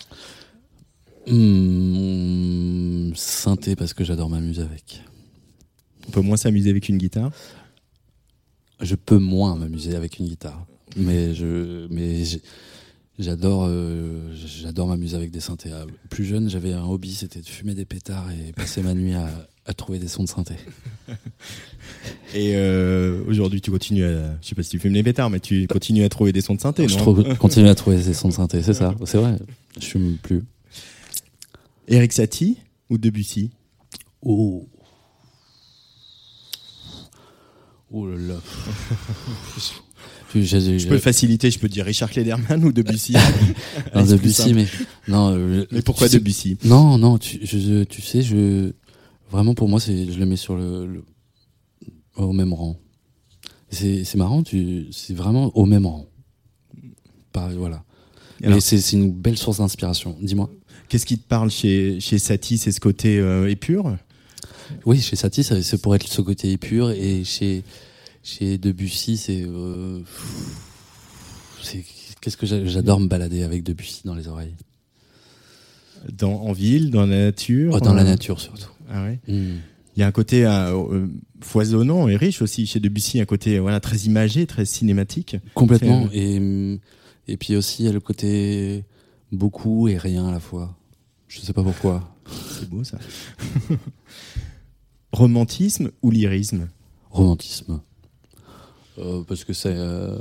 Hmm, synthé parce que j'adore m'amuser avec. On peut moins s'amuser avec une guitare? Je peux moins m'amuser avec une guitare, mais je, mais j'ai- j'adore, euh, j'adore m'amuser avec des synthés. Ah, plus jeune, j'avais un hobby, c'était de fumer des pétards et passer ma nuit à, à trouver des sons de synthé. Et euh, aujourd'hui, tu continues à... Je sais pas si tu fumes les pétards, mais tu continues à trouver des sons de synthé, Je non? trouve, continue à trouver des sons de synthé, c'est ça, c'est vrai. Je fume plus. Erik Satie ou Debussy? Oh. Oh là là. Je, je, je- Je peux le faciliter, je peux te dire Richard Klederman ou Debussy. non, C'est plus Debussy, simple. mais non. euh, Mais pourquoi tu sais- Debussy? Non, non. Tu, je, je- tu sais, je vraiment pour moi, c'est, je le mets sur le, le- au même rang. C'est, c'est marrant. Tu, c'est vraiment au même rang. Pas, voilà. Alors, Mais c'est, c'est une belle source d'inspiration. Dis-moi. qu'est-ce qui te parle chez, chez Satie? C'est ce côté euh, épure? Oui, chez Satie, ça, c'est pour être ce côté épure, et chez chez Debussy, c'est euh, c'est qu'est-ce que j'a- j'adore me balader avec Debussy dans les oreilles. Dans, en ville, dans la nature? Oh, dans la euh, nature surtout. Ah ouais. Mm. Il y a un côté euh, euh, foisonnant et riche aussi chez Debussy, un côté euh, voilà très imagé, très cinématique. Complètement. C'est- Et mm, et puis aussi il y a le côté beaucoup et rien à la fois. Je sais pas pourquoi. C'est beau ça. Romantisme ou lyrisme? Romantisme. Euh, parce que c'est euh,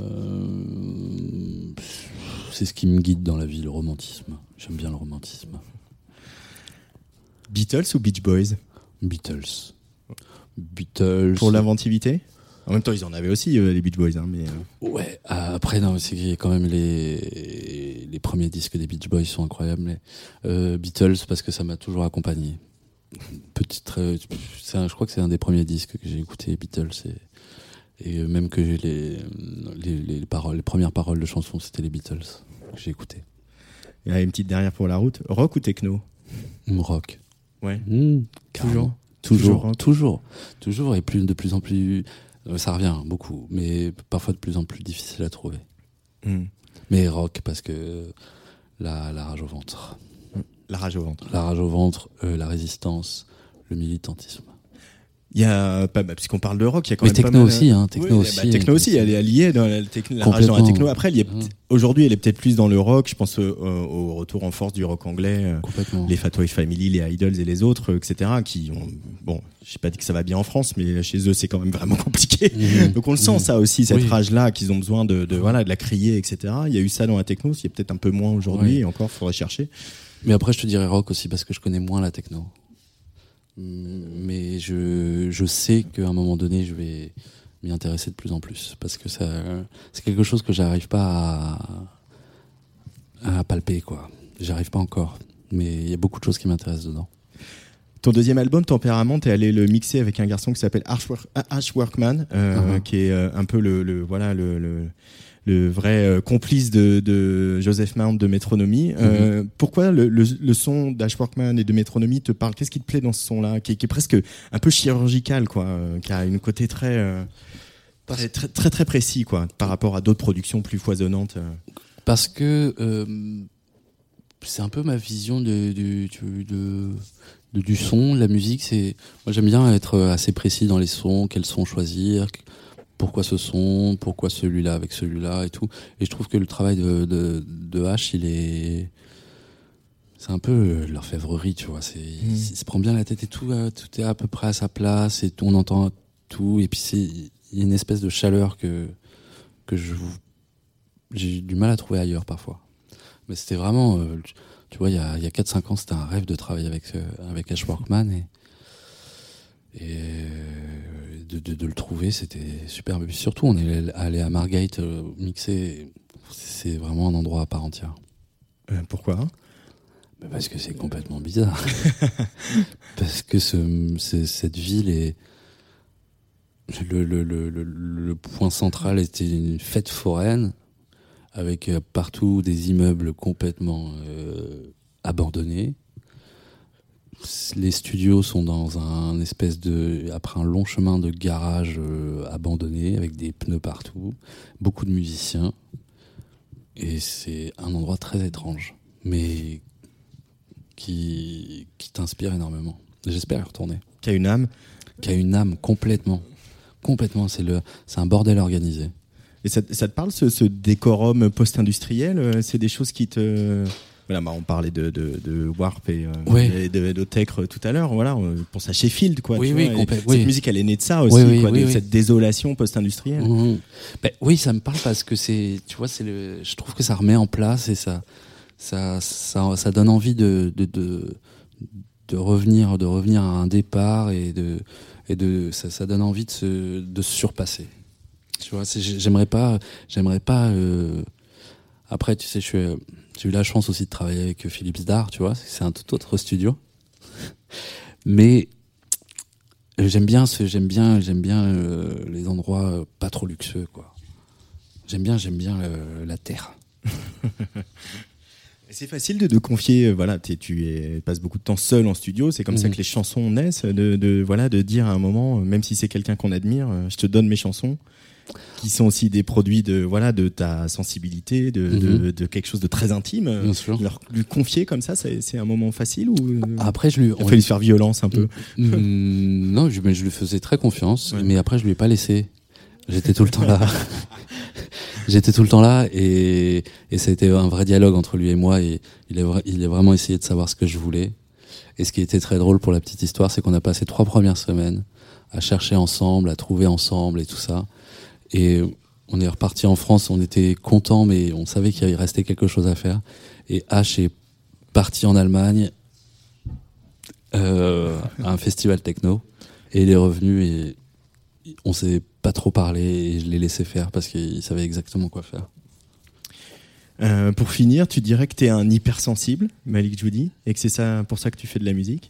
c'est ce qui me guide dans la vie, le romantisme. J'aime bien le romantisme. Beatles ou Beach Boys? Beatles. Beatles. Pour l'inventivité? En même temps, ils en avaient aussi, euh, les Beach Boys. Hein, mais, euh, Ouais, euh, après, non, c'est qu'il y a quand même les, les premiers disques des Beach Boys sont incroyables. Mais, euh, Beatles, parce que ça m'a toujours accompagné. Petite, euh, c'est un- je crois que c'est un des premiers disques que j'ai écouté, Beatles. Et, et même que j'ai les, les, les, paroles, les premières paroles de chansons, c'était les Beatles que j'ai écouté. il y a une petite dernière pour la route. Rock ou techno? Mm, Rock. Ouais. Mm, Toujours. Toujours, Toujours rock. toujours, toujours, et plus de plus en plus, euh, ça revient beaucoup, mais parfois de plus en plus difficile à trouver. Hmm. Mais rock parce que la, la rage au ventre, La rage au ventre. la rage au ventre, euh, la résistance, le militantisme. Il y a pas, bah, puisqu'on parle de rock, il y a quand Mais même pas techno mal, aussi, hein, techno Oui, aussi. bah, techno aussi, elle est alliée dans la, techno, la rage dans la Complètement. techno. Après, elle y est Mmh. peut- aujourd'hui, elle est peut-être plus dans le rock. Je pense au, au retour en force du rock anglais, euh, Complètement. les Fatboy Family, les Idols et les autres, euh, et cetera. Qui ont, bon, j'ai pas dit que ça va bien en France, mais chez eux, c'est quand même vraiment compliqué. Mmh. Donc on le sent Mmh. ça aussi, cette Oui. rage-là, qu'ils ont besoin de, de voilà, de la crier, et cetera. Il y a eu ça dans la techno, il y a peut-être un peu moins aujourd'hui. Oui. Et encore, faudrait chercher. Mais après, je te dirais rock aussi parce que je connais moins la techno. Mais je, je sais qu'à un moment donné, je vais m'y intéresser de plus en plus parce que ça, c'est quelque chose que j'arrive pas à, à palper, quoi. J'arrive pas encore. Mais il y a beaucoup de choses qui m'intéressent dedans. Ton deuxième album, Tempérament, t'es allé le mixer avec un garçon qui s'appelle Ash, Work- Ash Workman, euh, Uh-huh. qui est euh, un peu le, le voilà le, le, le vrai euh, complice de, de Joseph Mount de Métronomie. Euh, pourquoi le, le, le son d'Ash Workman et de Métronomie te parle? Qu'est-ce qui te plaît dans ce son-là, qui, est- qui est presque un peu chirurgical, quoi, euh, qui a une côté très, euh, très, très très très précis, quoi, par rapport à d'autres productions plus foisonnantes. euh. Parce que euh, c'est un peu ma vision de, de, de, de, de du son, de la musique. C'est moi j'aime bien être assez précis dans les sons, quels sons choisir, pourquoi ce son, pourquoi celui-là avec celui-là et tout. Et je trouve que le travail de, de, de H, il est c'est un peu l'orfèvrerie, tu vois. C'est, mmh. il, il se prend bien la tête et tout, euh, tout est à peu près à sa place et tout, on entend tout. Et puis c'est, il y a une espèce de chaleur que que je j'ai du mal à trouver ailleurs parfois. Mais c'était vraiment, euh, tu vois, il y a il y a quatre cinq ans, c'était un rêve de travailler avec euh, avec Ash Workman et et de, de de le trouver, c'était super. Et puis surtout, on est allé à Margate euh, mixer. C'est vraiment un endroit à part entière. Euh, pourquoi? Parce que c'est complètement bizarre. Parce que ce, c'est, cette ville est le, le, le, le, le point central était une fête foraine avec partout des immeubles complètement euh, abandonnés. Les studios sont dans un espèce de après un long chemin de garage euh, abandonné avec des pneus partout, beaucoup de musiciens et c'est un endroit très étrange, mais qui, qui t'inspire énormément. J'espère y retourner. Qui a une âme. Qui a une âme, complètement. Complètement, c'est, le, c'est un bordel organisé. Et ça, ça te parle, ce, ce décorum post-industriel? C'est des choses qui te... Voilà, bah on parlait de, de, de Warp et, euh, oui. et de, d'Otech tout à l'heure. Voilà, on pense à Sheffield, quoi. Oui, tu oui, vois, complètement. Cette oui. musique, elle est née de ça aussi, oui, oui, quoi, oui, de oui. cette désolation post-industrielle. Mmh. Ben, oui, ça me parle parce que c'est, tu vois, c'est le, je trouve que ça remet en place et ça, ça, ça, ça donne envie de, de, de, de revenir, de revenir à un départ et de, et de, ça, ça donne envie de se, de se surpasser. Tu vois, c'est, j'aimerais pas, j'aimerais pas. Euh... Après, tu sais, je suis, j'ai eu la chance aussi de travailler avec Philips Dar, tu vois, c'est un tout autre studio. Mais j'aime bien, ce, j'aime bien, j'aime bien euh, les endroits pas trop luxueux, quoi. J'aime bien, j'aime bien euh, la terre. C'est facile de, de confier, euh, voilà, tu es, passes beaucoup de temps seul en studio, c'est comme mmh. ça que les chansons naissent, de, de, voilà, de dire à un moment, même si c'est quelqu'un qu'on admire, euh, je te donne mes chansons, qui sont aussi des produits de, voilà, de ta sensibilité, de, mmh. de, de quelque chose de très intime. Bien sûr. Leur, lui confier comme ça, c'est, c'est un moment facile ou après je lui, il a fallu se faire violence un peu. Mmh, non, je, mais je lui faisais très confiance, ouais. Mais après je lui ai pas laissé. J'étais tout le temps là. J'étais tout le temps là et, et ça a été un vrai dialogue entre lui et moi et il a, il a vraiment essayé de savoir ce que je voulais. Et ce qui était très drôle pour la petite histoire, c'est qu'on a passé trois premières semaines à chercher ensemble, à trouver ensemble et tout ça. Et on est reparti en France, on était contents, mais on savait qu'il restait quelque chose à faire. Et H est parti en Allemagne euh, à un festival techno et il est revenu et on s'est pas trop parlé et je l'ai laissé faire parce qu'il savait exactement quoi faire. Euh, pour finir, tu dirais que t'es un hypersensible, Malik Djoudi, et que c'est ça pour ça que tu fais de la musique?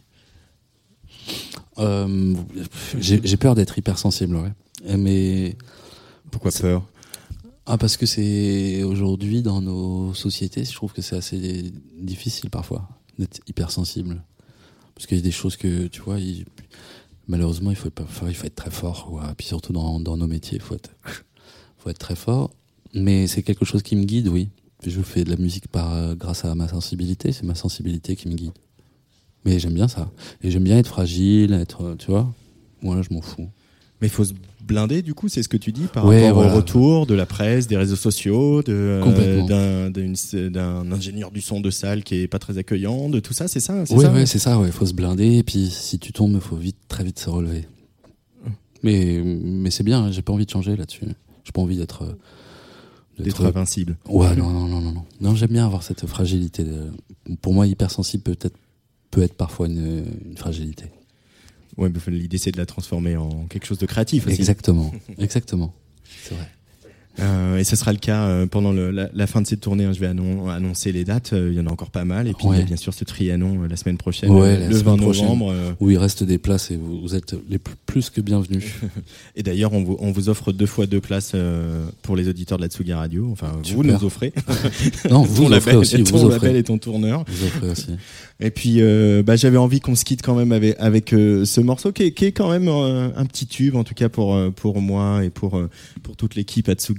euh, j'ai, j'ai peur d'être hypersensible, ouais. Mais pourquoi peur? Ah, parce que c'est aujourd'hui dans nos sociétés, je trouve que c'est assez difficile parfois d'être hypersensible, parce qu'il y a des choses que tu vois. Il, Malheureusement, il faut, pas, il faut être très fort, quoi. Puis surtout dans, dans nos métiers, il faut être, faut être très fort. Mais c'est quelque chose qui me guide, oui. Je fais de la musique par, grâce à ma sensibilité, c'est ma sensibilité qui me guide. Mais j'aime bien ça. Et j'aime bien être fragile, être, tu vois. Moi, je m'en fous. Mais il faut se blinder, du coup, c'est ce que tu dis, par ouais, rapport voilà. au retour de la presse, des réseaux sociaux, de, euh, d'un, d'une, d'un ingénieur du son de salle qui est pas très accueillant, de tout ça, c'est ça, c'est ouais, ça ouais, c'est ça, ouais. Faut se blinder, et puis si tu tombes, il faut vite, très vite se relever. Mais, mais c'est bien, hein, j'ai pas envie de changer là-dessus. J'ai pas envie d'être, d'être, d'être invincible. Ouais, non, non, non, non, non. Non, j'aime bien avoir cette fragilité. De... Pour moi, hypersensible peut être, peut être parfois une, une fragilité. Ouais, mais l'idée c'est de la transformer en quelque chose de créatif aussi. Exactement, exactement. C'est vrai. Euh, et ce sera le cas euh, pendant le, la, la fin de cette tournée. Hein, je vais annon- annoncer les dates. Il euh, y en a encore pas mal. Et puis ouais. il y a bien sûr ce Trianon euh, la semaine prochaine, ouais, euh, le vingt novembre. Euh... Où il reste des places et vous, vous êtes les plus, plus que bienvenus. Et d'ailleurs, on vous, on vous offre deux fois deux places euh, pour les auditeurs de la Tsugi Radio. Enfin, Super. Vous nous offrez. Non, vous ton offrez label, aussi. Ton vous label et ton tourneur. Vous offrez aussi. Et puis, euh, bah, j'avais envie qu'on se quitte quand même avec, avec euh, ce morceau qui est, qui est quand même euh, un petit tube, en tout cas pour, euh, pour moi et pour, euh, pour toute l'équipe à Tsugi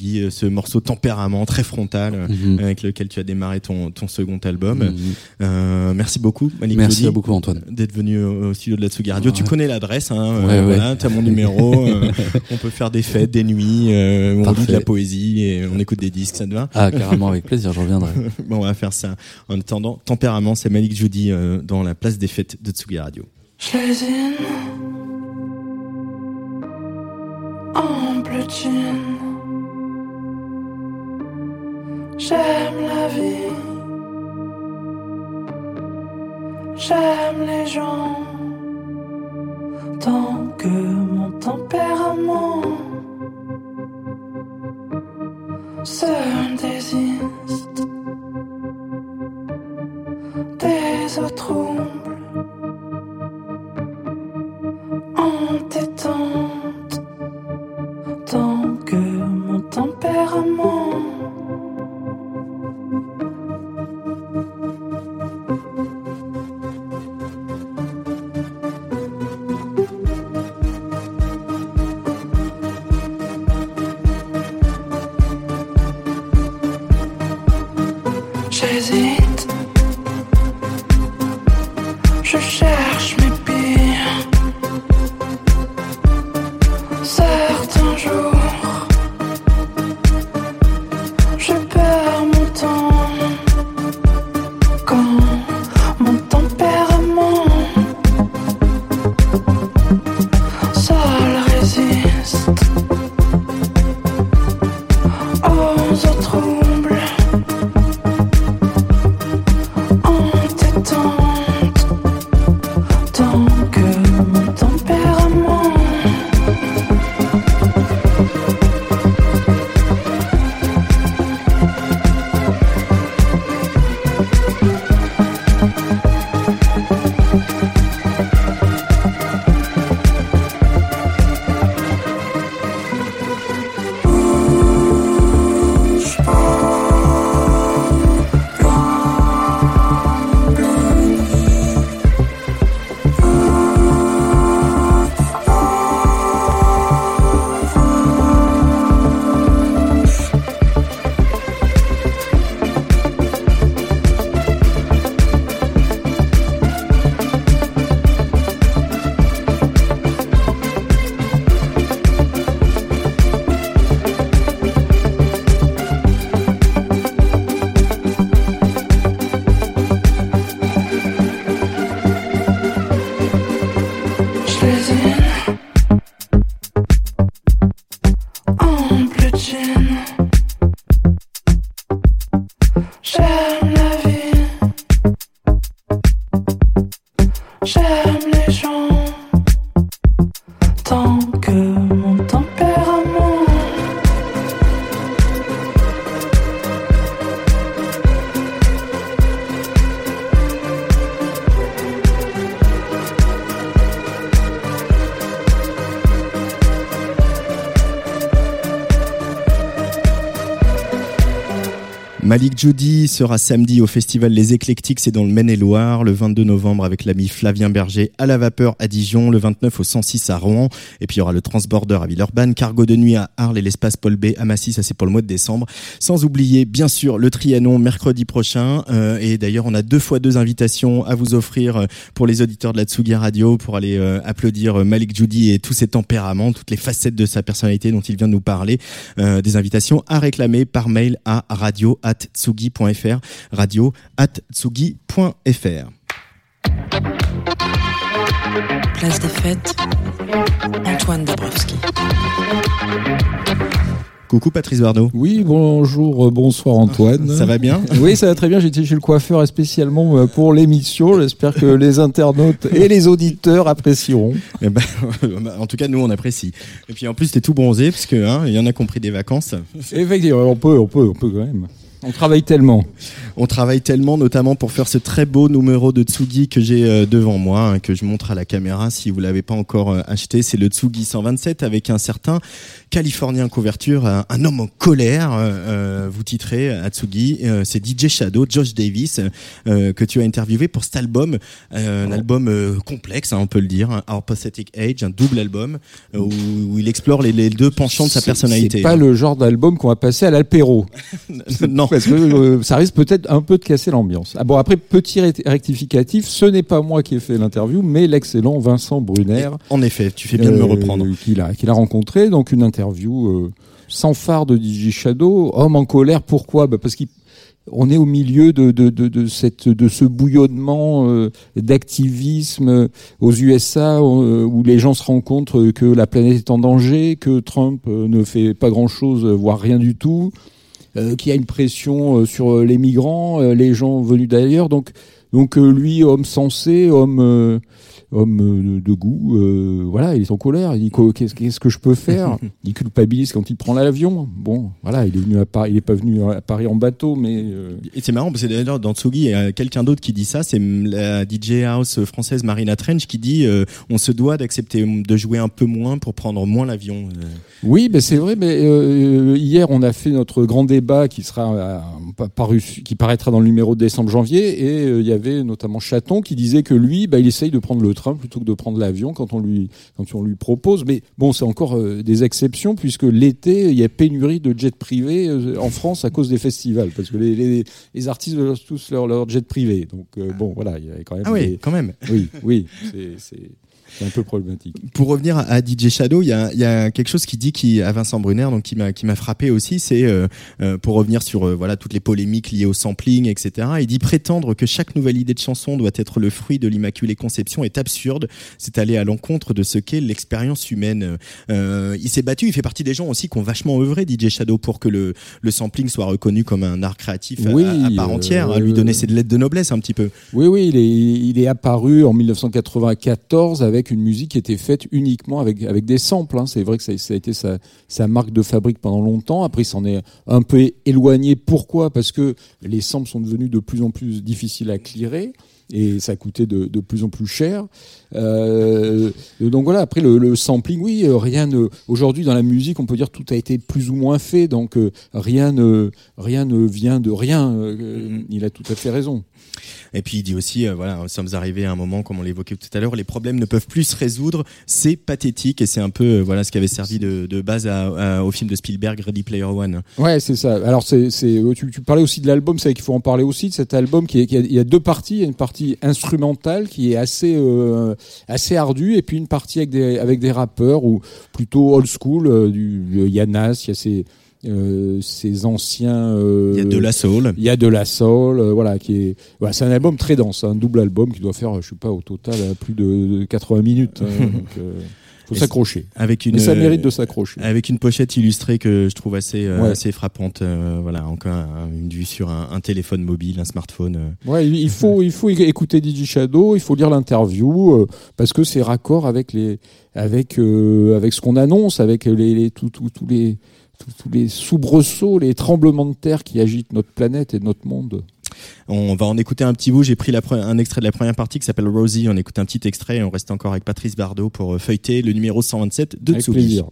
Judy, euh, ce morceau tempérament très frontal euh, Mm-hmm. avec lequel tu as démarré ton, ton second album. Mm-hmm. Euh, merci beaucoup, Malik Merci Judy, beaucoup, Antoine. d'être venu au, au studio de la Tsugi Radio. Ouais. Tu connais l'adresse, hein, euh, Ouais, ouais. voilà, t'as mon numéro. euh, on peut faire des fêtes, des nuits, euh, où on Parfait. lit de la poésie et on écoute des disques, ça te va? Ah, carrément, avec plaisir, je reviendrai. Bon, on va faire ça. En attendant, tempérament, c'est Malik Judy euh, dans la place des fêtes de Tsugi Radio. Je lésine en bleu jean. J'aime la vie, j'aime les gens, tant que mon tempérament se désiste des eaux troubles entêtantes, tant que mon tempérament j'hésite, je cherche mes pires. Certains jours, je perds mon temps quand mon tempérament seul résiste aux eaux troubles entêtantes, tant que mon tempérament je lésine en bleu jean. J'aime la vie, j'aime les gens, tant que mon tempérament Malik Judy sera samedi au festival Les Éclectiques, c'est dans le Maine-et-Loire, le vingt-deux novembre avec l'ami Flavien Berger à la Vapeur à Dijon, le vingt-neuf au cent six à Rouen, et puis il y aura le Transborder à Villeurbanne, Cargo de nuit à Arles et l'espace Paul B à Massy, ça c'est pour le mois de décembre. Sans oublier bien sûr le Trianon mercredi prochain, euh, et d'ailleurs on a deux fois deux invitations à vous offrir pour les auditeurs de la Tsugi Radio pour aller euh, applaudir Malik Judy et tous ses tempéraments, toutes les facettes de sa personnalité dont il vient de nous parler. Euh, des invitations à réclamer par mail à radio arobase tsugi point f r, radio arobase tsugi point f r. Place des fêtes, Antoine Dabrowski. Coucou Patrice Bardot. Oui, bonjour, bonsoir Antoine. Ça va bien ? Oui, ça va très bien. J'étais chez le coiffeur spécialement pour l'émission. J'espère que les internautes et les auditeurs apprécieront. Eh ben, en tout cas, nous, on apprécie. Et puis en plus, t'es tout bronzé parce que hein, il y en a qui ont pris des vacances. Effectivement, on peut, on peut, on peut quand même. On travaille tellement. On travaille tellement, notamment pour faire ce très beau numéro de Tsugi que j'ai euh, devant moi, hein, que je montre à la caméra si vous l'avez pas encore euh, acheté. C'est le Tsugi cent vingt-sept avec un certain Californien couverture, un, un homme en colère. Euh, vous titrez à Tsugi, euh, c'est D J Shadow, Josh Davis, euh, que tu as interviewé pour cet album, euh, un album euh, complexe, hein, on peut le dire, un Our Pathetic Age, un double album euh, où, où il explore les, les deux penchants de sa personnalité. C'est pas le genre d'album qu'on va passer à l'apéro. Non, parce que euh, ça risque peut-être un peu de casser l'ambiance. Ah bon, après, petit rectificatif, ce n'est pas moi qui ai fait l'interview, mais l'excellent Vincent Brunner. En effet, tu fais bien euh, de me reprendre. Qu'il a, qu'il a rencontré, donc une interview euh, sans phare de D J Shadow. Homme en colère, pourquoi ? Bah parce qu'on est au milieu de, de, de, de, cette, de ce bouillonnement euh, d'activisme aux U S A euh, où les gens se rendent compte que la planète est en danger, que Trump euh, ne fait pas grand-chose, voire rien du tout. Euh, qui a une pression euh, sur les migrants, euh, les gens venus d'ailleurs. Donc, donc euh, lui, homme sensé, homme, euh, homme euh, de goût, euh, voilà, il est en colère. Il dit qu'est-ce, qu'est-ce que je peux faire ? Il culpabilise quand il prend l'avion. Bon, voilà, il est venu à Paris, il est pas venu à Paris en bateau, mais. Euh... Et c'est marrant parce que d'ailleurs dans Tsugi, il y a quelqu'un d'autre qui dit ça. C'est la D J house française Marina Trench qui dit euh, on se doit d'accepter de jouer un peu moins pour prendre moins l'avion. Oui, ben c'est vrai. Mais euh, hier, on a fait notre grand débat qui sera euh, paru, qui paraîtra dans le numéro de décembre-janvier, et il euh, y avait notamment Chaton qui disait que lui, bah, il essaye de prendre le train plutôt que de prendre l'avion quand on lui quand on lui propose. Mais bon, c'est encore euh, des exceptions puisque l'été, il y a pénurie de jets privés euh, en France à cause des festivals, parce que les, les, les artistes veulent tous leur, leur jet privé. Donc euh, bon, voilà, il y a quand même. Ah oui, des... quand même. Oui, oui, c'est. c'est... C'est un peu problématique. Pour revenir à D J Shadow, il y a, y a quelque chose qui dit qui à Vincent Brunner, donc qui m'a qui m'a frappé aussi, c'est euh, euh, pour revenir sur euh, voilà toutes les polémiques liées au sampling, et cetera. Il dit prétendre que chaque nouvelle idée de chanson doit être le fruit de l'immaculée conception est absurde. C'est aller à l'encontre de ce qu'est l'expérience humaine. Euh, il s'est battu. Il fait partie des gens aussi qui ont vachement œuvré, D J Shadow, pour que le le sampling soit reconnu comme un art créatif oui, à, à part entière, euh, à lui donner ses lettres de noblesse un petit peu. Oui, oui, il est il est apparu en dix-neuf cent quatre-vingt-quatorze avec une musique qui était faite uniquement avec avec des samples. Hein. C'est vrai que ça, ça a été sa, sa marque de fabrique pendant longtemps. Après, il s'en est un peu éloigné. Pourquoi ? Parce que les samples sont devenus de plus en plus difficiles à clearer. Et ça coûtait de, de plus en plus cher. Euh, donc voilà. Après le, le sampling, oui, rien ne. Aujourd'hui dans la musique, on peut dire tout a été plus ou moins fait. Donc euh, rien ne rien ne vient de rien. Euh, il a tout à fait raison. Et puis il dit aussi, euh, voilà, nous sommes arrivés à un moment, comme on l'évoquait tout à l'heure, les problèmes ne peuvent plus se résoudre. C'est pathétique et c'est un peu euh, voilà ce qui avait servi de, de base à, à, au film de Spielberg, Ready Player One. Ouais, c'est ça. Alors c'est c'est tu, tu parlais aussi de l'album, c'est vrai qu'il faut en parler aussi de cet album qui est qui a, il y a deux parties. Il y a une partie instrumentale qui est assez euh, assez ardue et puis une partie avec des avec des rappeurs ou plutôt old school, euh, du il y a Nas, il y a ces Euh, ces anciens. Euh, il y a de la soul. Il y a de la soul, euh, voilà, qui est. Voilà, c'est un album très dense, un double album qui doit faire, je sais pas, au total plus de quatre-vingts minutes. Hein, donc, euh, faut et s'accrocher. Avec une. Mais ça mérite de s'accrocher. Avec une pochette illustrée que je trouve assez euh, ouais. assez frappante. Euh, voilà, encore un, une vue sur un, un téléphone mobile, un smartphone. Euh. Ouais, il faut il faut écouter D J Shadow, il faut lire l'interview euh, parce que c'est raccord avec les avec euh, avec ce qu'on annonce, avec les, les tous tous tous les tous les soubresauts, les tremblements de terre qui agitent notre planète et notre monde. On va en écouter un petit bout. J'ai pris la pre- un extrait de la première partie qui s'appelle Rosie. On écoute un petit extrait et on reste encore avec Patrice Bardot pour feuilleter le numéro cent vingt-sept de avec Tsugi. Plaisir.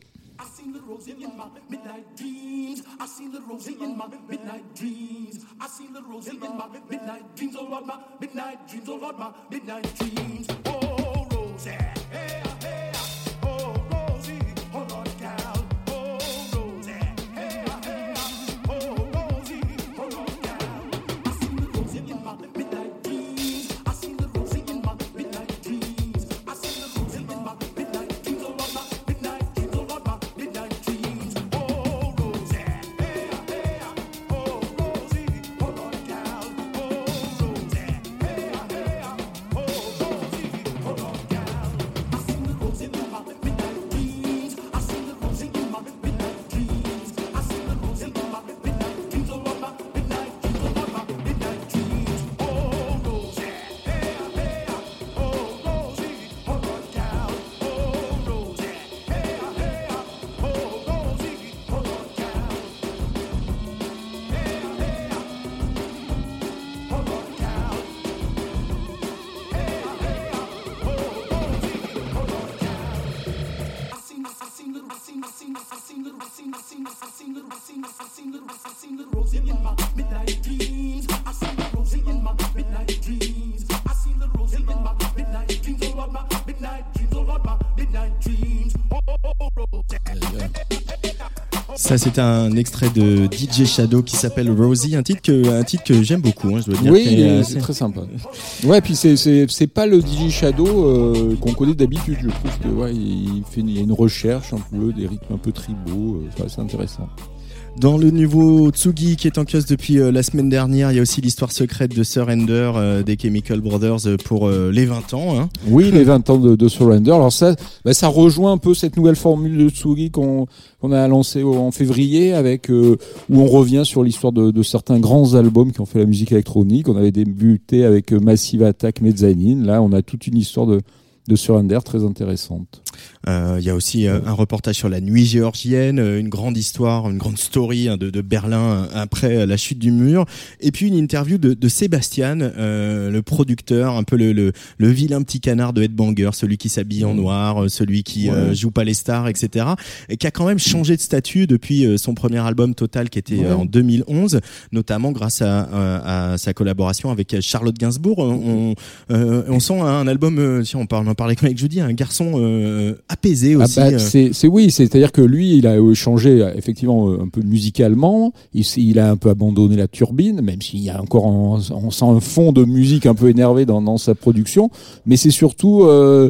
Ça, c'est un extrait de D J Shadow qui s'appelle Rosie, un titre que, un titre que j'aime beaucoup, hein, je dois dire. Oui, c'est, euh, euh, c'est très sympa. Ouais, puis c'est c'est c'est pas le D J Shadow euh, qu'on connaît d'habitude. Je trouve que ouais, il fait il y a une recherche un peu des rythmes un peu tribaux. Euh, c'est assez intéressant. Dans le nouveau Tsugi qui est en kiosque depuis euh, la semaine dernière, il y a aussi l'histoire secrète de Surrender euh, des Chemical Brothers euh, pour euh, les vingt ans. Hein. Oui, les vingt ans de, de Surrender. Alors ça, bah, ça rejoint un peu cette nouvelle formule de Tsugi qu'on qu'on a lancée en février, avec euh, où on revient sur l'histoire de, de certains grands albums qui ont fait la musique électronique. On avait débuté avec Massive Attack, Mezzanine. Là, on a toute une histoire de de Surrender très intéressante. Il euh, y a aussi euh, un reportage sur la nuit géorgienne, euh, une grande histoire, une grande story hein, de, de Berlin euh, après euh, la chute du mur, et puis une interview de, de Sébastien, euh, le producteur, un peu le, le, le vilain petit canard de Headbanger, celui qui s'habille en noir, euh, celui qui ouais. euh, joue pas les stars, et cetera, et qui a quand même changé de statut depuis euh, son premier album Total qui était ouais. euh, en deux mille onze, notamment grâce à, à, à sa collaboration avec Charlotte Gainsbourg. On, euh, on sent un album, euh, si on parle, on en parlait avec Mike Judy, un garçon euh, apaisé aussi. Ah bah, c'est, c'est oui, c'est-à-dire que lui, il a changé effectivement un peu musicalement. Il, il a un peu abandonné la turbine, même s'il y a encore, un, on sent un fond de musique un peu énervé dans, dans sa production. Mais c'est surtout euh,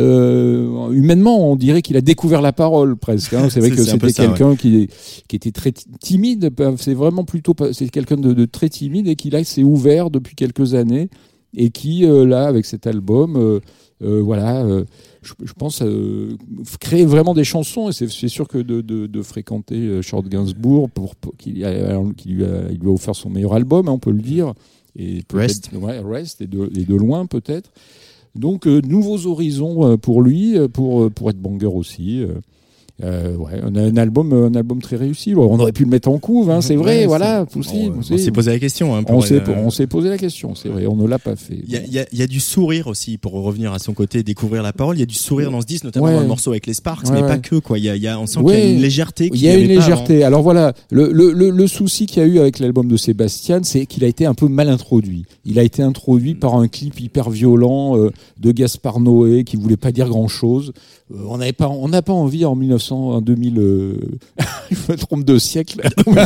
euh, humainement, on dirait qu'il a découvert la parole presque. Hein. C'est vrai c'est, que c'est c'était ça, quelqu'un ouais. qui, qui était très timide. C'est vraiment plutôt, c'est quelqu'un de, de très timide et qui là s'est ouvert depuis quelques années et qui euh, là avec cet album. Euh, Euh, voilà, euh, je, je pense euh, créer vraiment des chansons, et c'est, c'est sûr que de, de, de fréquenter euh, Charlotte Gainsbourg pour, pour qu'il, a, qu'il lui a, il lui a offert son meilleur album, hein, on peut le dire, et Rest, ouais, Rest et de, et de loin peut-être. Donc euh, nouveaux horizons euh, pour lui, pour pour être banger aussi. Euh, Euh, ouais, on a un album, un album très réussi. On aurait pu le mettre en couve, hein, c'est vrai. Ouais, voilà, c'est... Aussi, on, on s'est posé la question. Hein, on, s'est, euh... on s'est posé la question, c'est vrai. On ne l'a pas fait. Il y a, y, a, y a du sourire aussi pour revenir à son côté, découvrir la parole. Il y a du sourire dans ce disque, notamment ouais. dans le morceau avec les Sparks, ouais, mais ouais. pas que quoi. Il y a, y a, on sent ouais. qu'il y a une légèreté. Il y a une légèreté. Alors voilà, le, le, le, le souci qu'il y a eu avec l'album de Sébastien, c'est qu'il a été un peu mal introduit. Il a été introduit par un clip hyper violent euh, de Gaspard Noé qui voulait pas dire grand chose. Euh, on n'avait pas, on n'a pas envie en mille neuf cents, en deux mille, euh, je me trompe de siècle.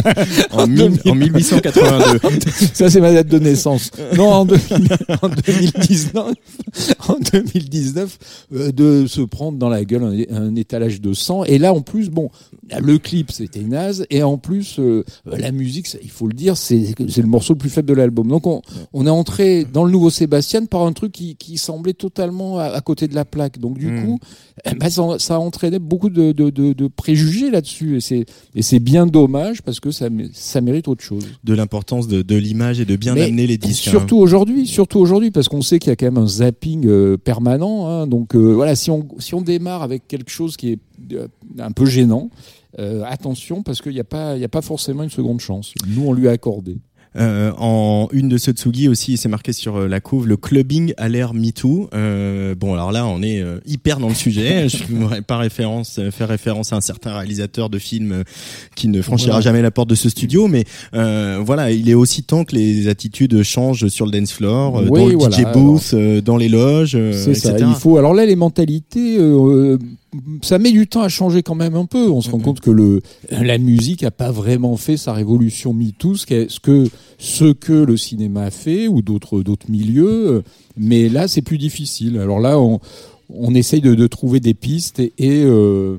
en, mille, en mille huit cent quatre-vingt-deux. Ça c'est ma date de naissance. Non, en, deux mille, en deux mille dix-neuf, en deux mille dix-neuf, euh, de se prendre dans la gueule un, un étalage de sang. Et là en plus, bon, le clip c'était naze, et en plus euh, la musique, ça, il faut le dire, c'est, c'est le morceau le plus faible de l'album. Donc on, on est entré dans le nouveau Sébastien par un truc qui, qui semblait totalement à, à côté de la plaque. Donc du mmh. coup. Bah, ça, ça a entraîné beaucoup de, de, de, de préjugés là-dessus, et c'est, et c'est bien dommage parce que ça, ça mérite autre chose. De l'importance de, de l'image et de bien Mais amener les disques. Surtout hein. aujourd'hui, surtout aujourd'hui, parce qu'on sait qu'il y a quand même un zapping euh, permanent. Hein, donc euh, voilà, si on, si on démarre avec quelque chose qui est euh, un peu gênant, euh, attention, parce qu'il n'y a pas, il y a pas forcément une seconde chance. Nous, on lui a accordé. Euh, en une de ce Tsugi aussi, c'est marqué sur euh, la couve, le clubbing à l'ère MeToo. Euh, bon, alors là, on est euh, hyper dans le sujet. Je ne voudrais pas référence, euh, faire référence à un certain réalisateur de films euh, qui ne franchira voilà. jamais la porte de ce studio, mais euh, voilà, il est aussi temps que les attitudes changent sur le dance floor, euh, oui, dans le voilà, D J booth, euh, dans les loges, euh, c'est et ça. cetera. Il faut. Alors là, les mentalités. Euh, ça met du temps à changer quand même un peu. On se rend mmh. compte que le, la musique a pas vraiment fait sa révolution MeToo, ce que, ce que, ce que le cinéma a fait, ou d'autres, d'autres milieux. Mais là, c'est plus difficile. Alors là, on, on essaye de, de trouver des pistes et, et euh,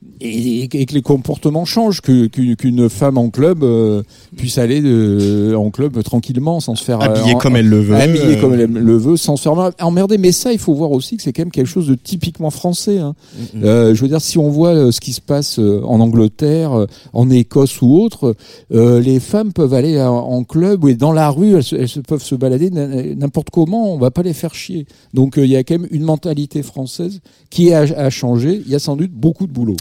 Et, et que les comportements changent, que, que, qu'une femme en club euh, puisse aller de, en club tranquillement sans se faire habiller euh, comme elle le veut, habiller euh... comme elle le veut, sans se faire emmerder. Mais ça, il faut voir aussi que c'est quand même quelque chose de typiquement français. Hein. Mm-hmm. Euh, je veux dire, si on voit ce qui se passe en Angleterre, en Écosse ou autre, euh, les femmes peuvent aller en club et dans la rue, elles, elles peuvent se balader n'importe comment. On va pas les faire chier. Donc il euh, y a quand même une mentalité française qui a, a changé. Il y a sans doute beaucoup de boulot.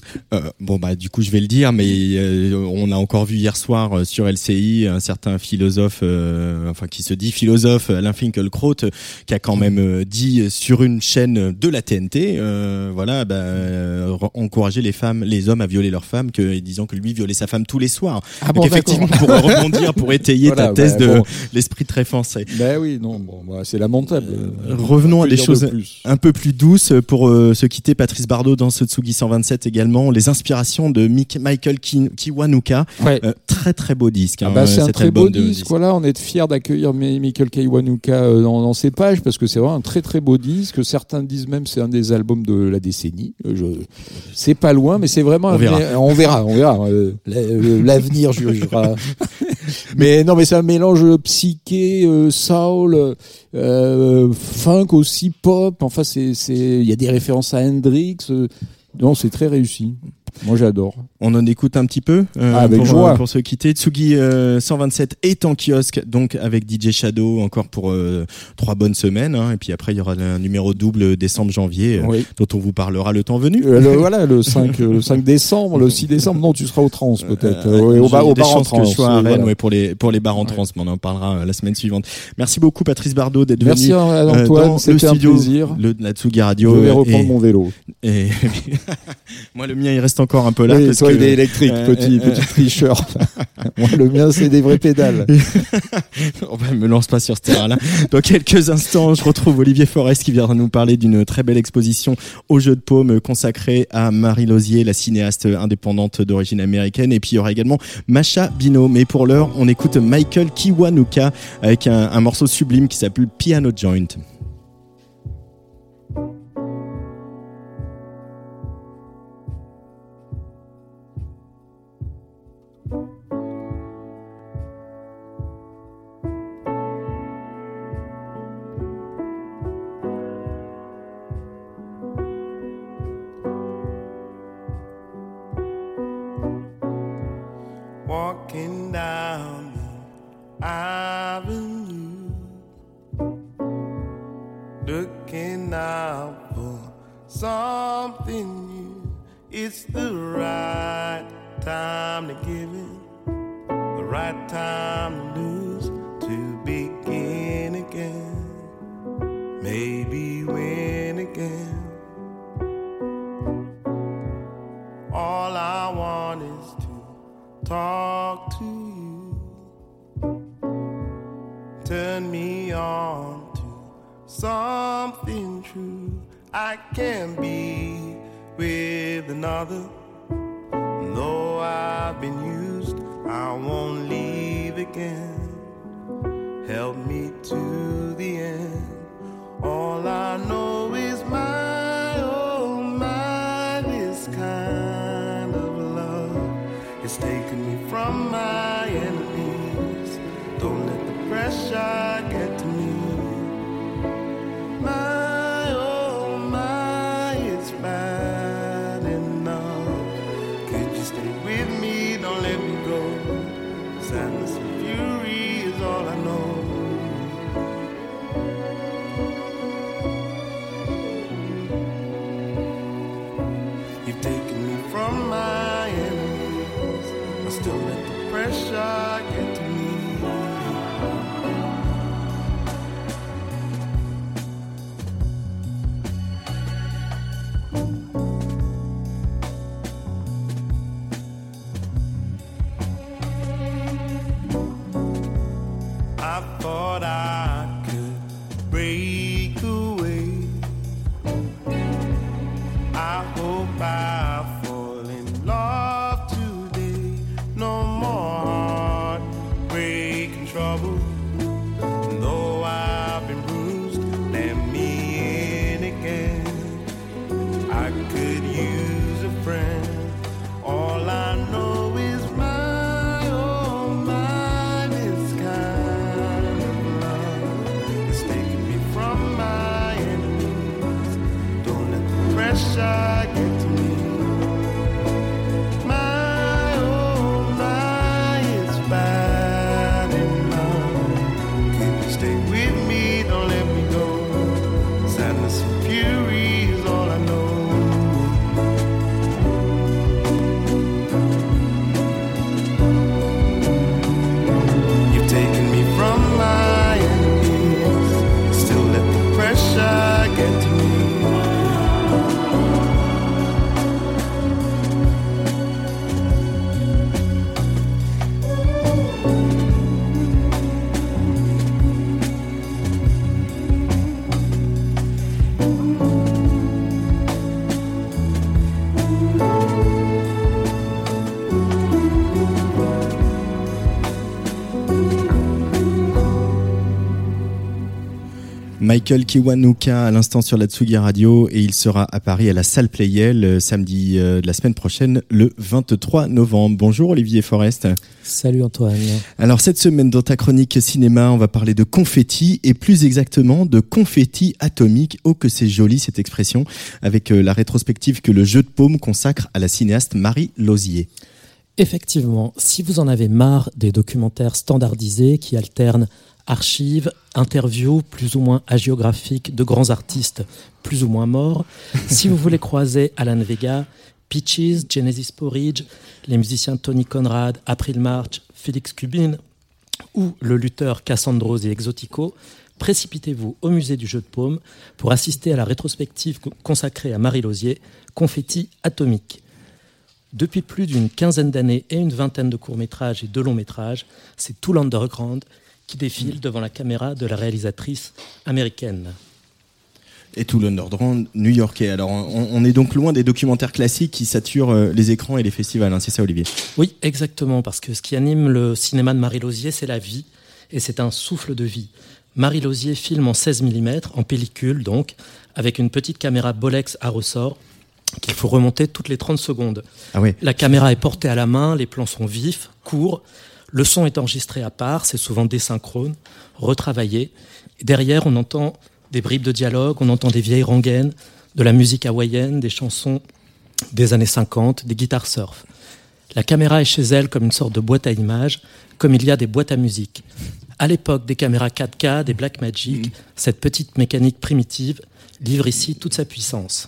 Euh, bon bah du coup je vais le dire, mais euh, on a encore vu hier soir euh, sur L C I un certain philosophe, euh, enfin qui se dit philosophe, Alain Finkielkraut, euh, qui a quand même euh, dit sur une chaîne de la T N T, euh, voilà, bah, euh, encourager les femmes, les hommes à violer leurs femmes, que et disant que lui violait sa femme tous les soirs. Ah bon, donc effectivement pour rebondir, pour étayer voilà, ta thèse bah, de bon. l'esprit très français. Ben oui, non, bon, bah, c'est lamentable. Euh, revenons à des dire choses de plus. un peu plus douces pour euh, se quitter. Patrice Bardot dans ce Tsugi cent vingt-sept également, les inspirations de Mick, Michael Ki- Kiwanuka, Ouais. euh, très très beau disque. Ah hein, bah, c'est un cet très beau album de disque. Voilà, on est fiers d'accueillir Mi- Michael Kiwanuka euh, dans, dans ses pages parce que c'est vraiment un très très beau disque. Certains disent même c'est un des albums de la décennie. Euh, Je, c'est pas loin, mais c'est vraiment. On un- verra. On verra, on verra. Euh, la- L'avenir jugera. Mais non, mais c'est un mélange psyché, euh, soul, euh, funk aussi, pop. Enfin, c'est, c'est, il y a des références à Hendrix. euh, non, c'est très réussi. Moi, j'adore. On en écoute un petit peu euh, Ah, avec pour, joie. euh, pour se quitter. Tsugi euh, cent vingt-sept est en kiosque, donc avec D J Shadow encore pour euh, trois bonnes semaines. Hein, et puis après, il y aura un numéro double décembre-janvier euh, Oui. dont on vous parlera le temps venu. Euh, le, voilà, le cinq, euh, le cinq décembre, le six décembre. Non, tu seras au trans peut-être. Euh, Euh, au j'ai bar, au des bar en chances trans. que je sois à euh, Rennes, voilà. ouais, pour les pour les bars en trans, mais on en parlera euh, la semaine suivante. Merci beaucoup Patrice Bardot d'être Merci venu. à euh, Antoine, dans le c'était un studio, plaisir. Le, la Tsugi Je Radio. vais euh, reprendre et, mon vélo. et moi le mien il reste encore un peu là. Oui, parce toi, que, il est électrique, euh, petit, euh, petit tricheur. Moi, le mien, c'est des vraies pédales. On va me lance pas sur ce terrain-là. Dans quelques instants, je retrouve Olivier Forest qui viendra nous parler d'une très belle exposition au Jeu de Paume consacrée à Marie Lozier, la cinéaste indépendante d'origine américaine. Et puis il y aura également Masha Bino. Mais pour l'heure, on écoute Michael Kiwanuka avec un, un morceau sublime qui s'appelle Piano Joint. Walking down the avenue, looking out for something new. It's the right time to give it, the right time to lose, to begin again, maybe win again. All I want is to talk to you, turn me on to something true. I can't be with another, though I've been used, I won't leave again. Help me to the end. All I know is my, oh my, this kind of love is taking me from my enemies. Don't let the pressure get to me. My, oh my, it's bad enough. Could you stay with me? Don't let me go. Sadness and fury is all I know. You've taken me from my enemies. I still let the pressure get to me. I thought I could break away. I hope I fall in love today. No more heartbreak and trouble. Though I've been bruised, let me in again. I could use a friend. All I know is my, oh my, this kind of love is taking me from my enemies. Don't let the pressure get to me. My, oh my, it's bad enough. Can you stay with me? Don't let me go. Sadness and fury is all I know. Michael Kiwanuka à l'instant sur la Tsugi Radio et il sera à Paris à la salle Playel euh, samedi euh, de la semaine prochaine, le vingt-trois novembre. Bonjour Olivier Forest. Salut Antoine. Alors cette semaine dans ta chronique cinéma, on va parler de confetti et plus exactement de confetti atomique. Oh que c'est joli cette expression, avec euh, la rétrospective que le Jeu de Paume consacre à la cinéaste Marie Lauzier. Effectivement, si vous en avez marre des documentaires standardisés qui alternent archives, interviews plus ou moins hagiographiques de grands artistes plus ou moins morts, si vous voulez croiser Alan Vega, Peaches, Genesis Porridge, les musiciens Tony Conrad, April March, Félix Cubin ou le lutteur Cassandros et Exotico, précipitez-vous au musée du Jeu de Paume pour assister à la rétrospective consacrée à Marie Lauzier, Confetti atomique. Depuis plus d'une quinzaine d'années et une vingtaine de courts-métrages et de longs-métrages, c'est tout l'underground qui défile devant la caméra de la réalisatrice américaine. Et tout l'underground new-yorkais. Alors, on, on est donc loin des documentaires classiques qui saturent euh, les écrans et les festivals, hein, c'est ça Olivier ? Oui, exactement, parce que ce qui anime le cinéma de Marie Lauzier, c'est la vie, et c'est un souffle de vie. Marie Lauzier filme en seize millimètres, en pellicule donc, avec une petite caméra Bolex à ressort, qu'il faut remonter toutes les trente secondes. Ah ouais. La caméra est portée à la main, les plans sont vifs, courts, le son est enregistré à part, c'est souvent désynchrone, retravaillé. Derrière, on entend des bribes de dialogue, on entend des vieilles rengaines, de la musique hawaïenne, des chansons des années cinquante, des guitares surf. La caméra est chez elle comme une sorte de boîte à images, comme il y a des boîtes à musique. À l'époque des caméras quatre K, des Blackmagic, mmh. cette petite mécanique primitive livre ici toute sa puissance.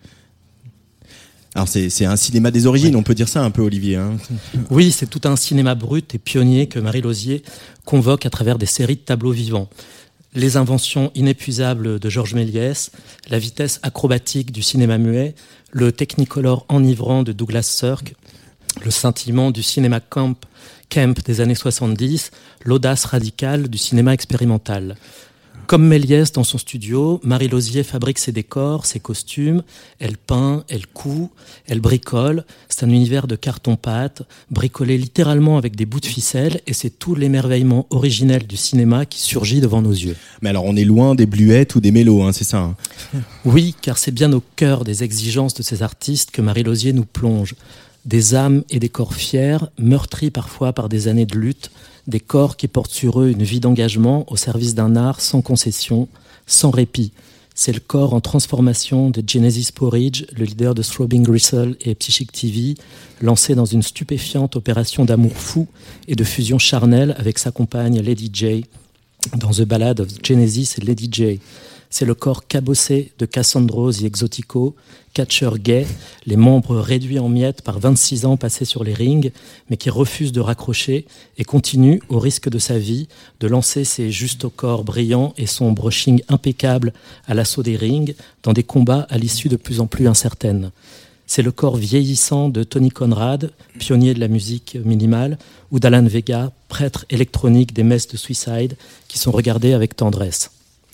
Alors c'est, c'est un cinéma des origines, ouais. On peut dire ça un peu Olivier. Hein. Oui, c'est tout un cinéma brut et pionnier que Marie Lauzier convoque à travers des séries de tableaux vivants. Les inventions inépuisables de Georges Méliès, la vitesse acrobatique du cinéma muet, le technicolor enivrant de Douglas Sirk, le scintillement du cinéma camp, camp des années soixante-dix, l'audace radicale du cinéma expérimental. Comme Méliès dans son studio, Marie Lauzier fabrique ses décors, ses costumes, elle peint, elle coud, elle bricole. C'est un univers de carton-pâte, bricolé littéralement avec des bouts de ficelle, et c'est tout l'émerveillement originel du cinéma qui surgit devant nos yeux. Mais alors on est loin des bluettes ou des mélos, hein, c'est ça hein. Oui, car c'est bien au cœur des exigences de ces artistes que Marie Lauzier nous plonge. Des âmes et des corps fiers, meurtris parfois par des années de lutte, des corps qui portent sur eux une vie d'engagement au service d'un art sans concession, sans répit. C'est le corps en transformation de Genesis Porridge, le leader de Throbbing Gristle et Psychic T V, lancé dans une stupéfiante opération d'amour fou et de fusion charnelle avec sa compagne Lady J, dans The Ballad of Genesis et Lady J. C'est le corps cabossé de Cassandros et Exotico, catcheurs gays, les membres réduits en miettes par vingt-six ans passés sur les rings, mais qui refuse de raccrocher et continue, au risque de sa vie, de lancer ses justes corps brillants et son brushing impeccable à l'assaut des rings, dans des combats à l'issue de plus en plus incertaines. C'est le corps vieillissant de Tony Conrad, pionnier de la musique minimale, ou d'Alan Vega, prêtre électronique des messes de Suicide, qui sont regardés avec tendresse.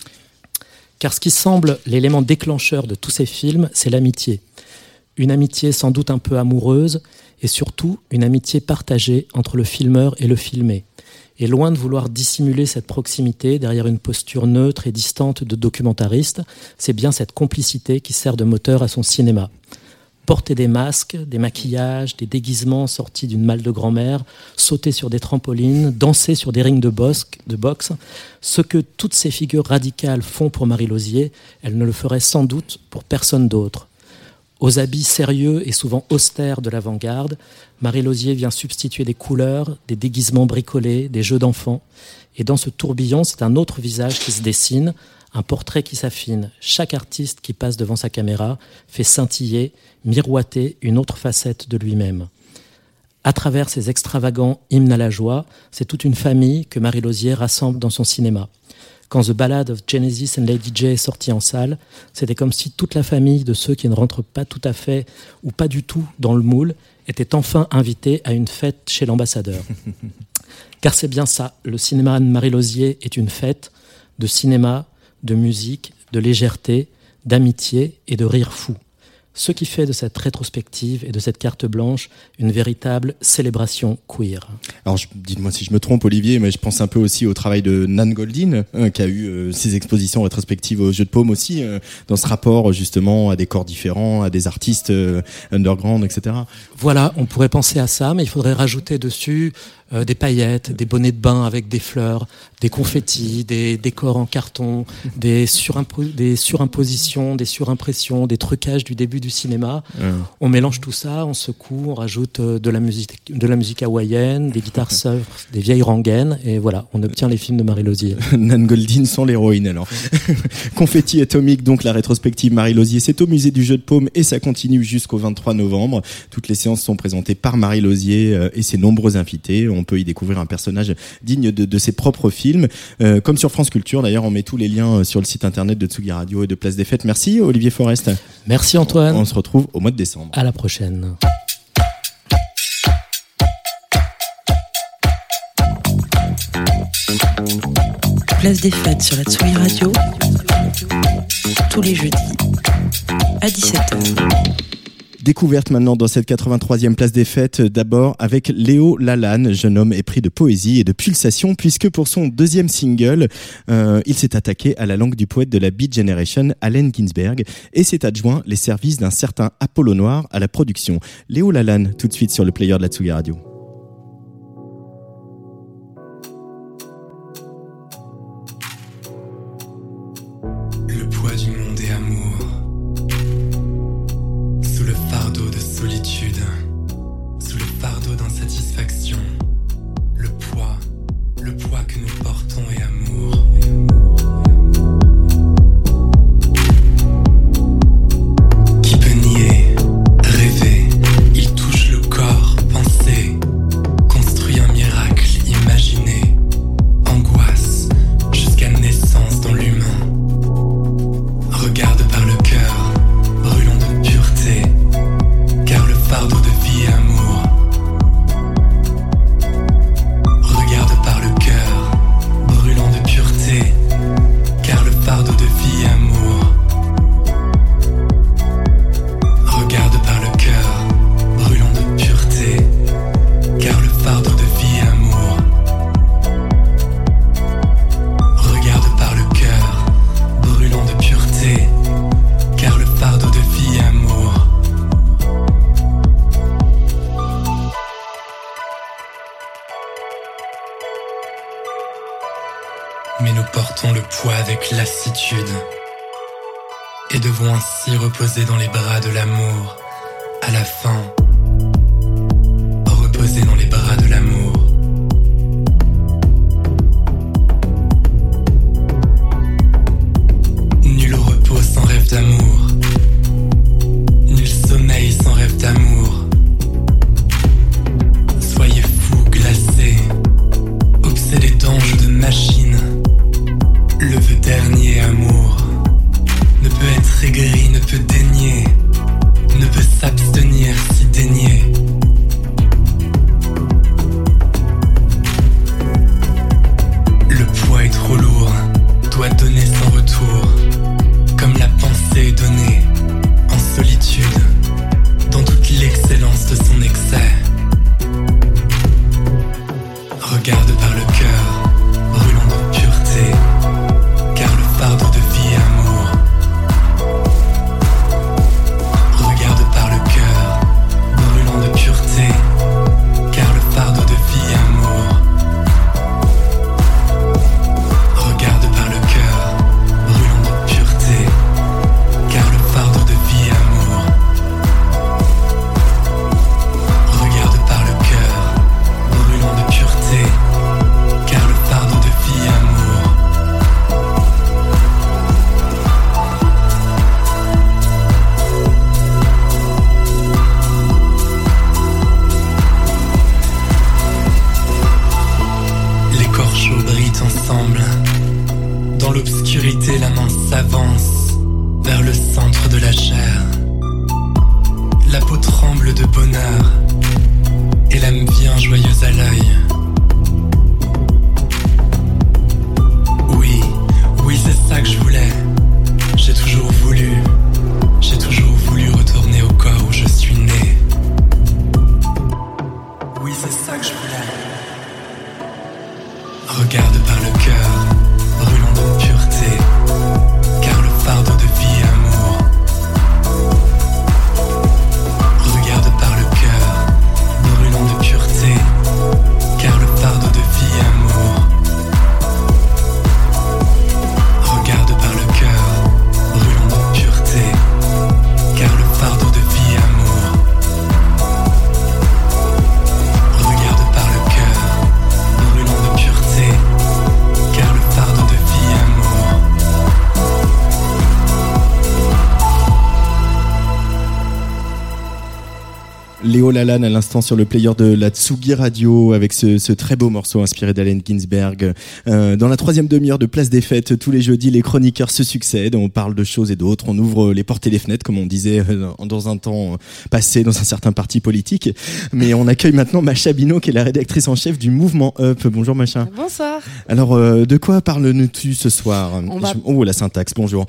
Car ce qui semble l'élément déclencheur de tous ces films, c'est l'amitié. Une amitié sans doute un peu amoureuse, et surtout une amitié partagée entre le filmeur et le filmé. Et loin de vouloir dissimuler cette proximité derrière une posture neutre et distante de documentariste, c'est bien cette complicité qui sert de moteur à son cinéma. Porter des masques, des maquillages, des déguisements sortis d'une malle de grand-mère, sauter sur des trampolines, danser sur des rings de, bosque, de boxe, ce que toutes ces figures radicales font pour Marie Lauzier, elles ne le feraient sans doute pour personne d'autre. Aux habits sérieux et souvent austères de l'avant-garde, Marie Lauzier vient substituer des couleurs, des déguisements bricolés, des jeux d'enfants. Et dans ce tourbillon, c'est un autre visage qui se dessine, un portrait qui s'affine. Chaque artiste qui passe devant sa caméra fait scintiller, miroiter une autre facette de lui-même. À travers ces extravagants hymnes à la joie, c'est toute une famille que Marie Lauzier rassemble dans son cinéma. Quand The Ballad of Genesis and Lady J est sorti en salle, c'était comme si toute la famille de ceux qui ne rentrent pas tout à fait ou pas du tout dans le moule était enfin invitée à une fête chez l'ambassadeur. Car c'est bien ça, le cinéma de Marie Lauzier est une fête de cinéma, de musique, de légèreté, d'amitié et de rire fou. ce qui fait de cette rétrospective et de cette carte blanche une véritable célébration queer. Alors, je, dites-moi si je me trompe, Olivier, mais je pense un peu aussi au travail de Nan Goldin, euh, qui a eu euh, ses expositions rétrospectives au Jeu de Paume aussi, euh, dans ce rapport justement à des corps différents, à des artistes euh, underground, et cetera. Voilà, on pourrait penser à ça, mais il faudrait rajouter dessus euh, des paillettes, des bonnets de bain avec des fleurs, des confettis, des décors en carton, des, surimpo- des surimpositions, des surimpressions, des trucages du début du cinéma. Mmh. On mélange tout ça, on secoue, on rajoute de la musique, de la musique hawaïenne, des guitares surf, des vieilles rengaines, et voilà, on obtient les films de Marie-Lausier. Nan Goldin sans l'héroïne alors. Confetti atomique, donc la rétrospective Marie-Lausier, c'est au musée du Jeu de Paume et ça continue jusqu'au vingt-trois novembre. Toutes les séances sont présentées par Marie-Lausier et ses nombreux invités. On peut y découvrir un personnage digne de, de ses propres films. Euh, comme sur France Culture, d'ailleurs, on met tous les liens sur le site internet de Tsugi Radio et de Place des Fêtes. Merci Olivier Forest. Merci Antoine. On se retrouve au mois de décembre. À la prochaine. Place des Fêtes sur la Tsugi Radio, tous les jeudis à dix-sept heures. Découverte maintenant dans cette quatre-vingt-troisième place des fêtes, d'abord avec Léo Lalanne, jeune homme épris de poésie et de pulsation, puisque pour son deuxième single, euh, il s'est attaqué à la langue du poète de la Beat Generation, Allen Ginsberg, et s'est adjoint les services d'un certain Apollo Noir à la production. Léo Lalanne, tout de suite sur le player de la Tsugi Radio. Le poids du monde et amour. Sous le fardeau de solitude, sous le fardeau d'insatisfaction, le poids, le poids que nous portons est amour. Qui peut nier, rêver, il touche le corps, penser, construit un miracle imaginé, angoisse jusqu'à naissance dans l'humain. Regarde par le cœur, brûlons de pureté, car le fardeau de vie est amour. Regarde par le cœur, brûlons de pureté, car le fardeau de vie est amour. Regarde par le cœur, brûlons de pureté, car le fardeau de vie est amour. Regarde par le cœur, brûlons de pureté, car le fardeau de vie est amour. Mais nous portons le poids avec lassitude et devons ainsi reposer dans les bras de l'amour. À la fin, reposer dans les bras de l'amour. Nul repos sans rêve d'amour, nul sommeil sans rêve d'amour. Soyez fous, glacés, obsédés d'anges de machines. Le vœu dernier amour ne peut être aigri, ne peut daigner, ne peut s'abstenir si daigner. Le poids est trop lourd, doit donner sans retour, comme la pensée est donnée, en solitude, dans toute l'excellence de son excès. Regarde par le cœur, brûlons de pureté, car le fardeau de vie est amour. Regarde par le cœur, brûlons de pureté, car le fardeau de vie est amour. Regarde par le cœur, brûlons de pureté, car le fardeau de vie est amour. Regarde par le cœur, brûlons de pureté, car le fardeau de vie est amour. Les corps chauds brillent ensemble. Dans l'obscurité, la main s'avance vers le centre de la chair. La peau tremble de bonheur et l'âme vient joyeuse à l'œil. Oui, oui, c'est ça que je voulais. J'ai toujours voulu, j'ai toujours voulu retourner. Léo Lalanne à l'instant sur le player de la Tsugi Radio avec ce, ce très beau morceau inspiré d'Allen Ginsberg. Euh, dans la troisième demi-heure de Place des Fêtes, tous les jeudis, les chroniqueurs se succèdent. On parle de choses et d'autres. On ouvre les portes et les fenêtres, comme on disait euh, dans un temps passé dans un certain parti politique. Mais on accueille maintenant Macha Bino, qui est la rédactrice en chef du Mouvement Up. Bonjour Macha. Bonsoir. Alors, euh, de quoi parles-nous-tu ce soir ? On va... Oh, la syntaxe, bonjour.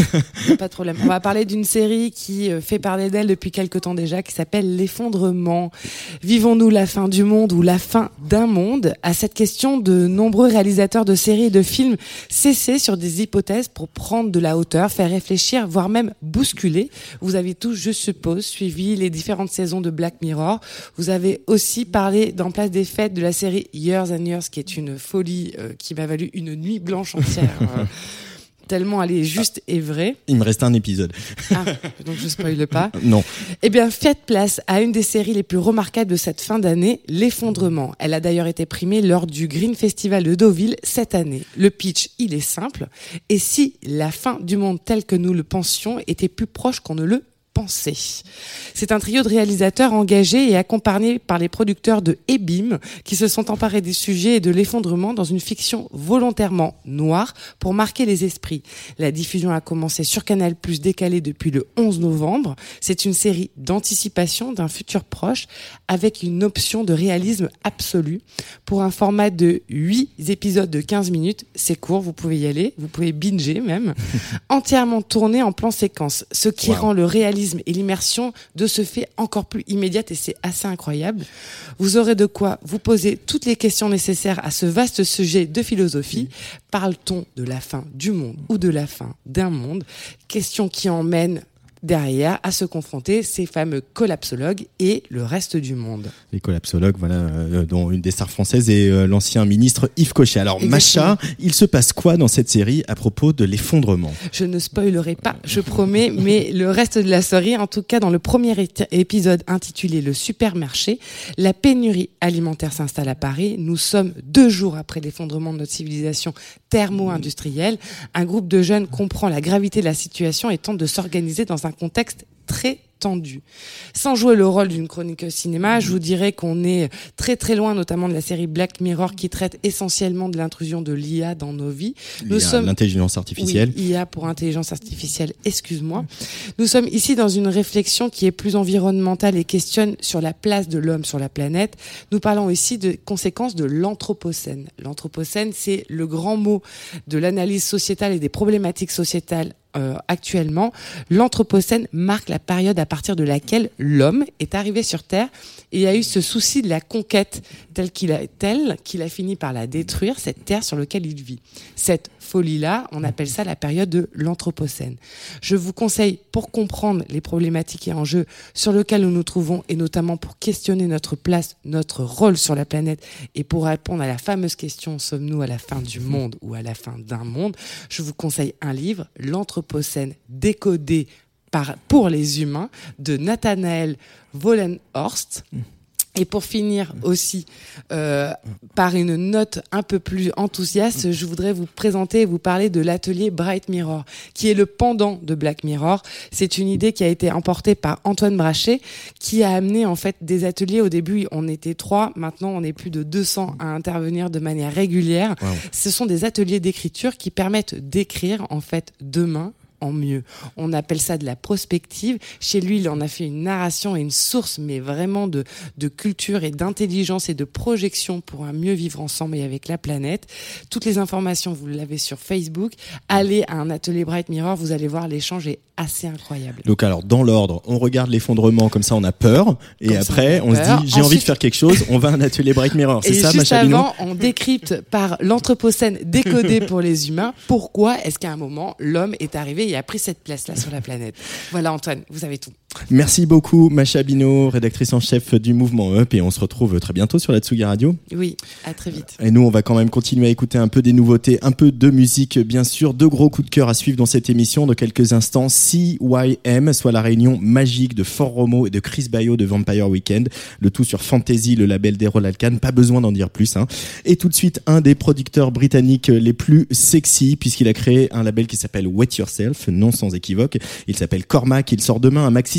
Pas de problème. On va parler d'une série qui fait parler d'elle depuis quelque temps déjà, qui s'appelle L'effondrement. Vivons-nous la fin du monde ou la fin d'un monde ? À cette question, de nombreux réalisateurs de séries et de films s'essaient sur des hypothèses pour prendre de la hauteur, faire réfléchir, voire même bousculer. Vous avez tous, je suppose, suivi les différentes saisons de Black Mirror. Vous avez aussi parlé dans Place des Fêtes de la série Years and Years, qui est une folie euh, qui m'a valu une nuit blanche entière. euh, tellement elle est juste et vraie. Il me reste un épisode. Ah, donc je spoile pas. Non. Eh bien, faites place à une des séries les plus remarquables de cette fin d'année, L'effondrement. Elle a d'ailleurs été primée lors du Green Festival de Deauville cette année. Le pitch, il est simple. Et si la fin du monde tel que nous le pensions était plus proche qu'on ne le pensait ? C'est un trio de réalisateurs engagés et accompagnés par les producteurs de Ebim qui se sont emparés des sujets et de l'effondrement dans une fiction volontairement noire pour marquer les esprits. La diffusion a commencé sur Canal+, décalée depuis le onze novembre. C'est une série d'anticipation d'un futur proche avec une option de réalisme absolu. Pour un format de huit épisodes de quinze minutes, c'est court, vous pouvez y aller, vous pouvez binger même, entièrement tourné en plan séquence, ce qui wow. rend le réalisme et l'immersion de ce fait encore plus immédiate et c'est assez incroyable. Vous aurez de quoi vous poser toutes les questions nécessaires à ce vaste sujet de philosophie. Parle-t-on de la fin du monde ou de la fin d'un monde ? Question qui emmène derrière à se confronter ces fameux collapsologues et le reste du monde. Les collapsologues, voilà, euh, dont une des stars françaises est euh, l'ancien ministre Yves Cochet. Alors Exactement. Macha, il se passe quoi dans cette série à propos de l'effondrement ? Je ne spoilerai pas, je promets, mais le reste de la série, en tout cas dans le premier é- épisode intitulé Le supermarché, la pénurie alimentaire s'installe à Paris. Nous sommes deux jours après l'effondrement de notre civilisation thermo-industrielle. Un groupe de jeunes comprend la gravité de la situation et tente de s'organiser dans un un contexte très tendu. Sans jouer le rôle d'une chroniqueuse cinéma, je vous dirais qu'on est très très loin notamment de la série Black Mirror qui traite essentiellement de l'intrusion de l'I A dans nos vies. Nous sommes l'intelligence artificielle. Oui, I A pour intelligence artificielle, excuse-moi. Nous sommes ici dans une réflexion qui est plus environnementale et questionne sur la place de l'homme sur la planète. Nous parlons ici de conséquences de l'anthropocène. L'anthropocène, c'est le grand mot de l'analyse sociétale et des problématiques sociétales Euh, actuellement. L'anthropocène marque la période à partir de laquelle l'homme est arrivé sur Terre et a eu ce souci de la conquête tel qu'il a, tel qu'il a fini par la détruire, cette terre sur laquelle il vit. Cette folie-là, on appelle ça la période de l'anthropocène. Je vous conseille, pour comprendre les problématiques et enjeux sur lesquels nous nous trouvons et notamment pour questionner notre place, notre rôle sur la planète et pour répondre à la fameuse question « Sommes-nous à la fin du monde ou à la fin d'un monde ?», je vous conseille un livre, L'Anthropocène décodé par, pour les humains, de Nathanael Vollenhorst. Et pour finir aussi euh, par une note un peu plus enthousiaste, je voudrais vous présenter et vous parler de l'atelier Bright Mirror, qui est le pendant de Black Mirror. C'est une idée qui a été emportée par Antoine Brachet, qui a amené en fait des ateliers. Au début, on était trois, maintenant on est plus de deux cents à intervenir de manière régulière. Wow. Ce sont des ateliers d'écriture qui permettent d'écrire en fait demain en mieux. On appelle ça de la prospective. Chez lui, il en a fait une narration et une source, mais vraiment de, de culture et d'intelligence et de projection pour un mieux vivre ensemble et avec la planète. Toutes les informations, vous l'avez sur Facebook. Allez à un atelier Bright Mirror, vous allez voir, l'échange est assez incroyable. Donc alors, dans l'ordre, on regarde l'effondrement, comme ça on a peur, et comme après on, on se dit, j'ai Ensuite... envie de faire quelque chose, on va à un atelier Bright Mirror. C'est et ça, Macha Bino ? Avant, on décrypte par l'anthropocène décodé pour les humains, pourquoi est-ce qu'à un moment, l'homme est arrivé et a pris cette place-là sur la planète. Voilà Antoine, vous avez tout. Merci beaucoup Macha Bino, rédactrice en chef du Mouvement Up, et on se retrouve très bientôt sur la Tsugi Radio. Oui, à très vite. Et nous on va quand même continuer à écouter un peu des nouveautés, un peu de musique bien sûr, deux gros coups de cœur à suivre dans cette émission. Dans quelques instants, C Y M, soit la réunion magique de Fort Romo et de Chris Bayo de Vampire Weekend, le tout sur Fantasy, le label d'Errol Alkan, pas besoin d'en dire plus hein. Et tout de suite un des producteurs britanniques les plus sexy, puisqu'il a créé un label qui s'appelle Wet Yourself, non sans équivoque. Il s'appelle Cormac, il sort demain un maxi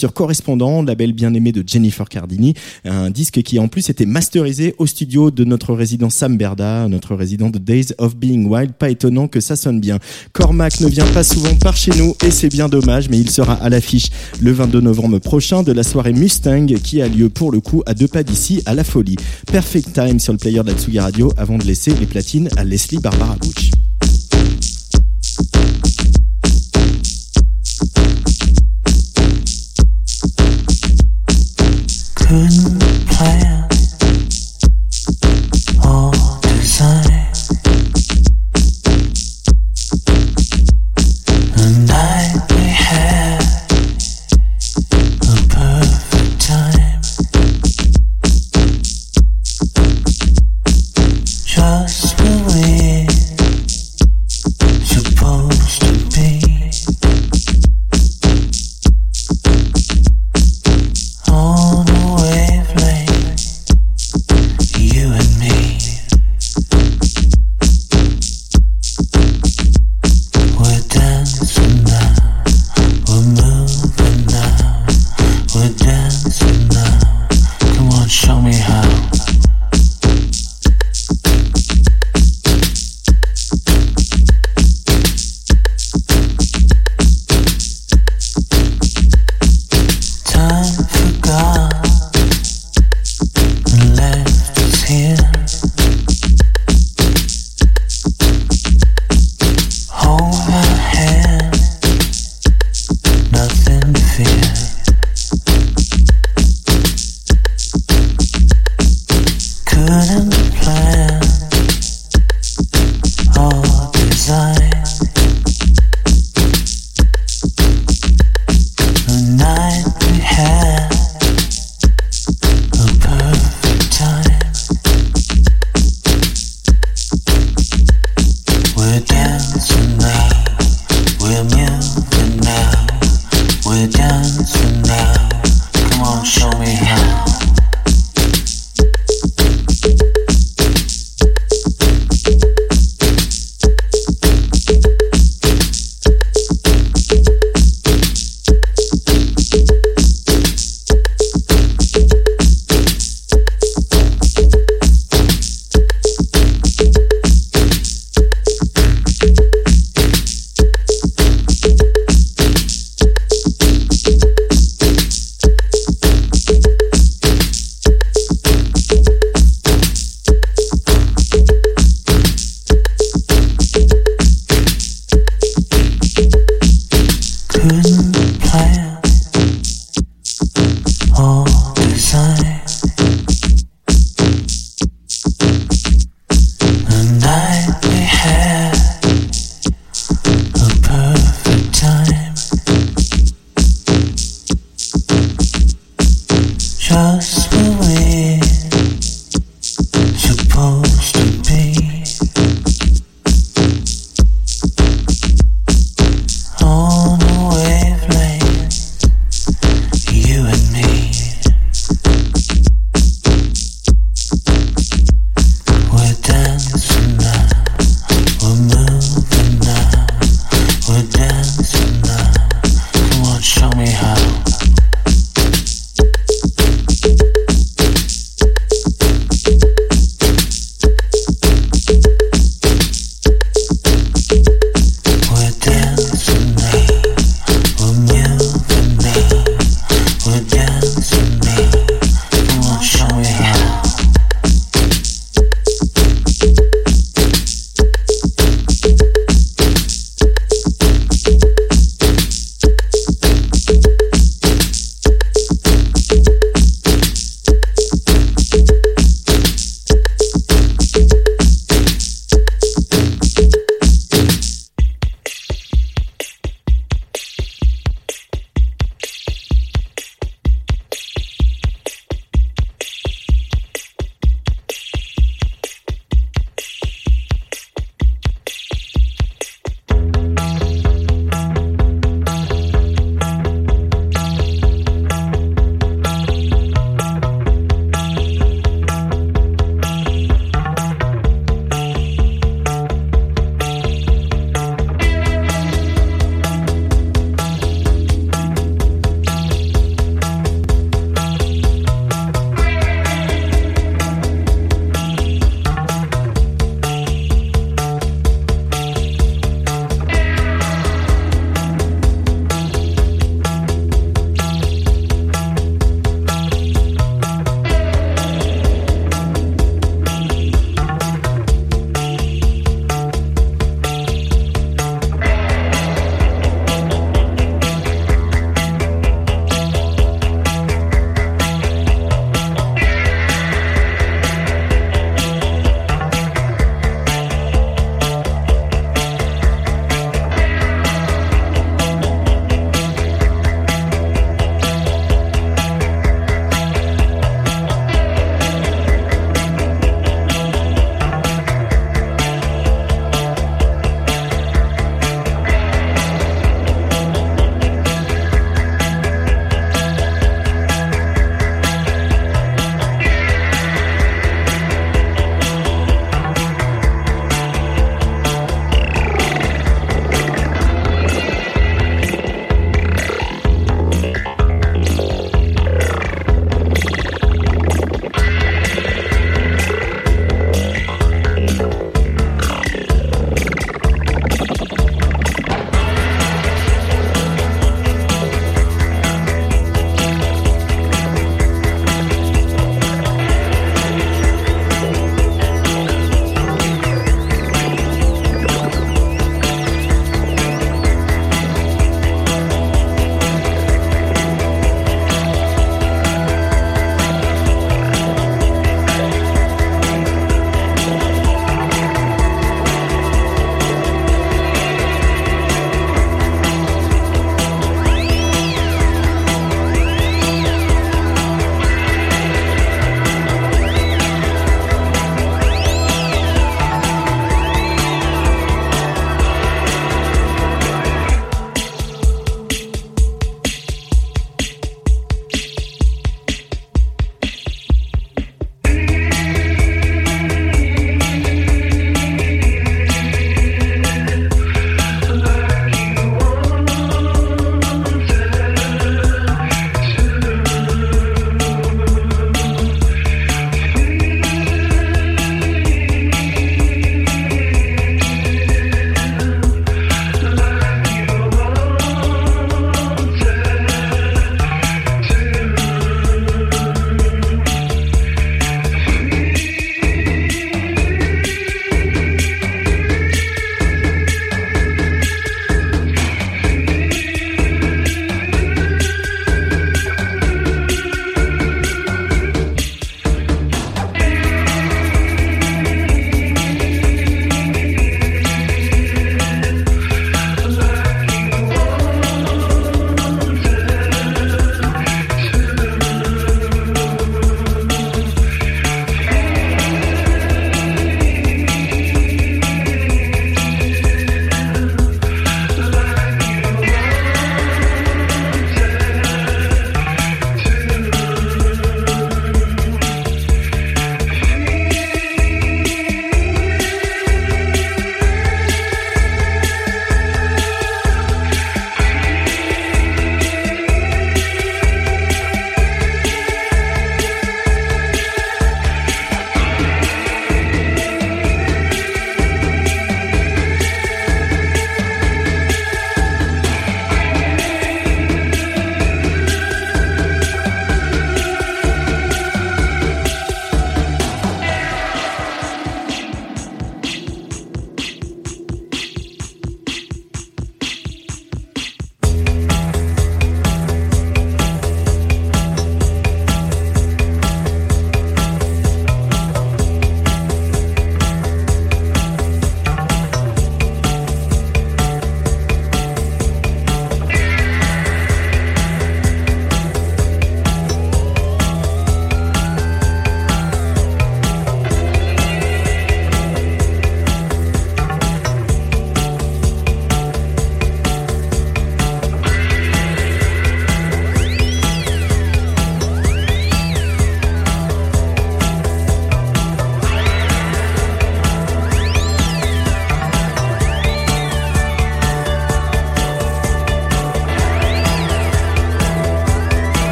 sur Correspondant, label bien aimé de Jennifer Cardini, un disque qui en plus était masterisé au studio de notre résident Sam Berda, notre résident de Days of Being Wild. Pas étonnant que ça sonne bien. Cormac ne vient pas souvent par chez nous et c'est bien dommage, mais il sera à l'affiche le vingt-deux novembre prochain de la soirée Mustang qui a lieu pour le coup à deux pas d'ici à La Folie. Perfect Time sur le player de la Tsugi Radio avant de laisser les platines à Leslie Barbara Butch. Couldn't plan or design the night we had a perfect time. Just where we're supposed to be. On a wavelength, you and me. We're dancing now, we're moving now, we're dancing now. Come on, show me how. Time forgot and left us here. Hold our hand, nothing to fear. Couldn't plan or design the night we had a perfect time. We're dancing now, we're moving now, we're dancing now. Come on, show me how. Couldn't plan or design the night we had a perfect time. Just where we're supposed to be. On a wavelength, you and me. We're dancing now, we're moving now, we're dancing now. Come on, show me how.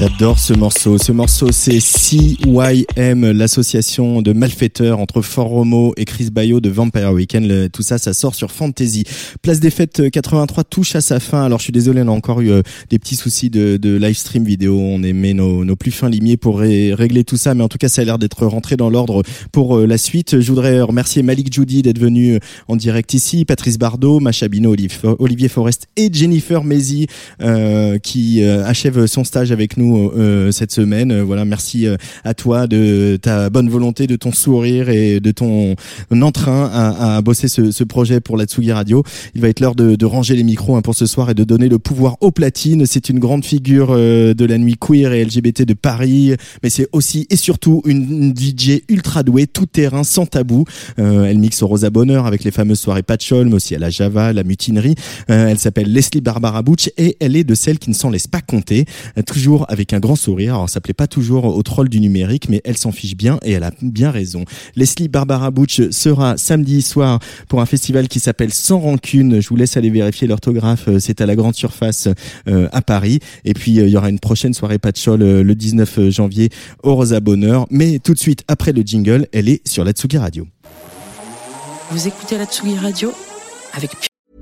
J'adore ce morceau. Ce morceau, c'est C Y M, l'association de malfaiteurs entre Fort Romo et Chris Bayo de Vampire Weekend. Le, tout ça, ça sort sur Fantasy. Place des Fêtes quatre-vingt-trois touche à sa fin. Alors, je suis désolé, on a encore eu euh, des petits soucis de, de live stream vidéo. On aimait nos, nos plus fins limiers pour ré- régler tout ça. Mais en tout cas, ça a l'air d'être rentré dans l'ordre pour euh, la suite. Je voudrais remercier Malik Judy d'être venu en direct ici, Patrice Bardot, Macha Bino, Olivier Forest et Jennifer Mézy euh, qui euh, achève son stage avec nous Euh, cette semaine. Euh, voilà, merci euh, à toi de ta bonne volonté, de ton sourire et de ton entrain à, à bosser ce, ce projet pour la Tsugi Radio. Il va être l'heure de, de ranger les micros hein, pour ce soir et de donner le pouvoir aux platines. C'est une grande figure euh, de la nuit queer et L G B T de Paris, mais c'est aussi et surtout une, une D J ultra douée, tout terrain, sans tabou. Euh, elle mixe au Rosa Bonheur avec les fameuses soirées Patchol, mais aussi à la Java, la Mutinerie. Euh, elle s'appelle Leslie Barbara Butch et elle est de celles qui ne s'en laissent pas compter, euh, toujours avec un grand sourire. Alors ça plaît pas toujours au troll du numérique, mais elle s'en fiche bien et elle a bien raison. Leslie Barbara Butch sera samedi soir pour un festival qui s'appelle Sans Rancune. Je vous laisse aller vérifier l'orthographe. C'est à la Grande Surface euh, à Paris. Et puis il euh, y aura une prochaine soirée Patchol euh, le dix-neuf janvier au Rosa Bonheur. Mais tout de suite après le jingle, elle est sur la Tsugi Radio. Vous écoutez la Tsugi Radio avec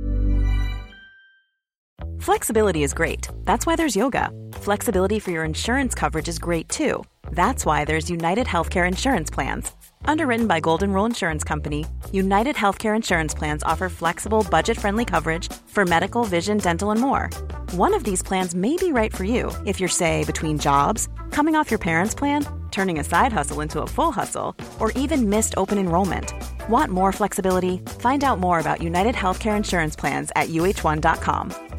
Flexibility is great. That's why there's yoga. Flexibility for your insurance coverage is great too. That's why there's United Healthcare Insurance Plans. Underwritten by Golden Rule Insurance Company, United Healthcare Insurance Plans offer flexible, budget-friendly coverage for medical, vision, dental, and more. One of these plans may be right for you if you're, say, between jobs, coming off your parents' plan, turning a side hustle into a full hustle, or even missed open enrollment. Want more flexibility? Find out more about United Healthcare Insurance Plans at U H one dot com.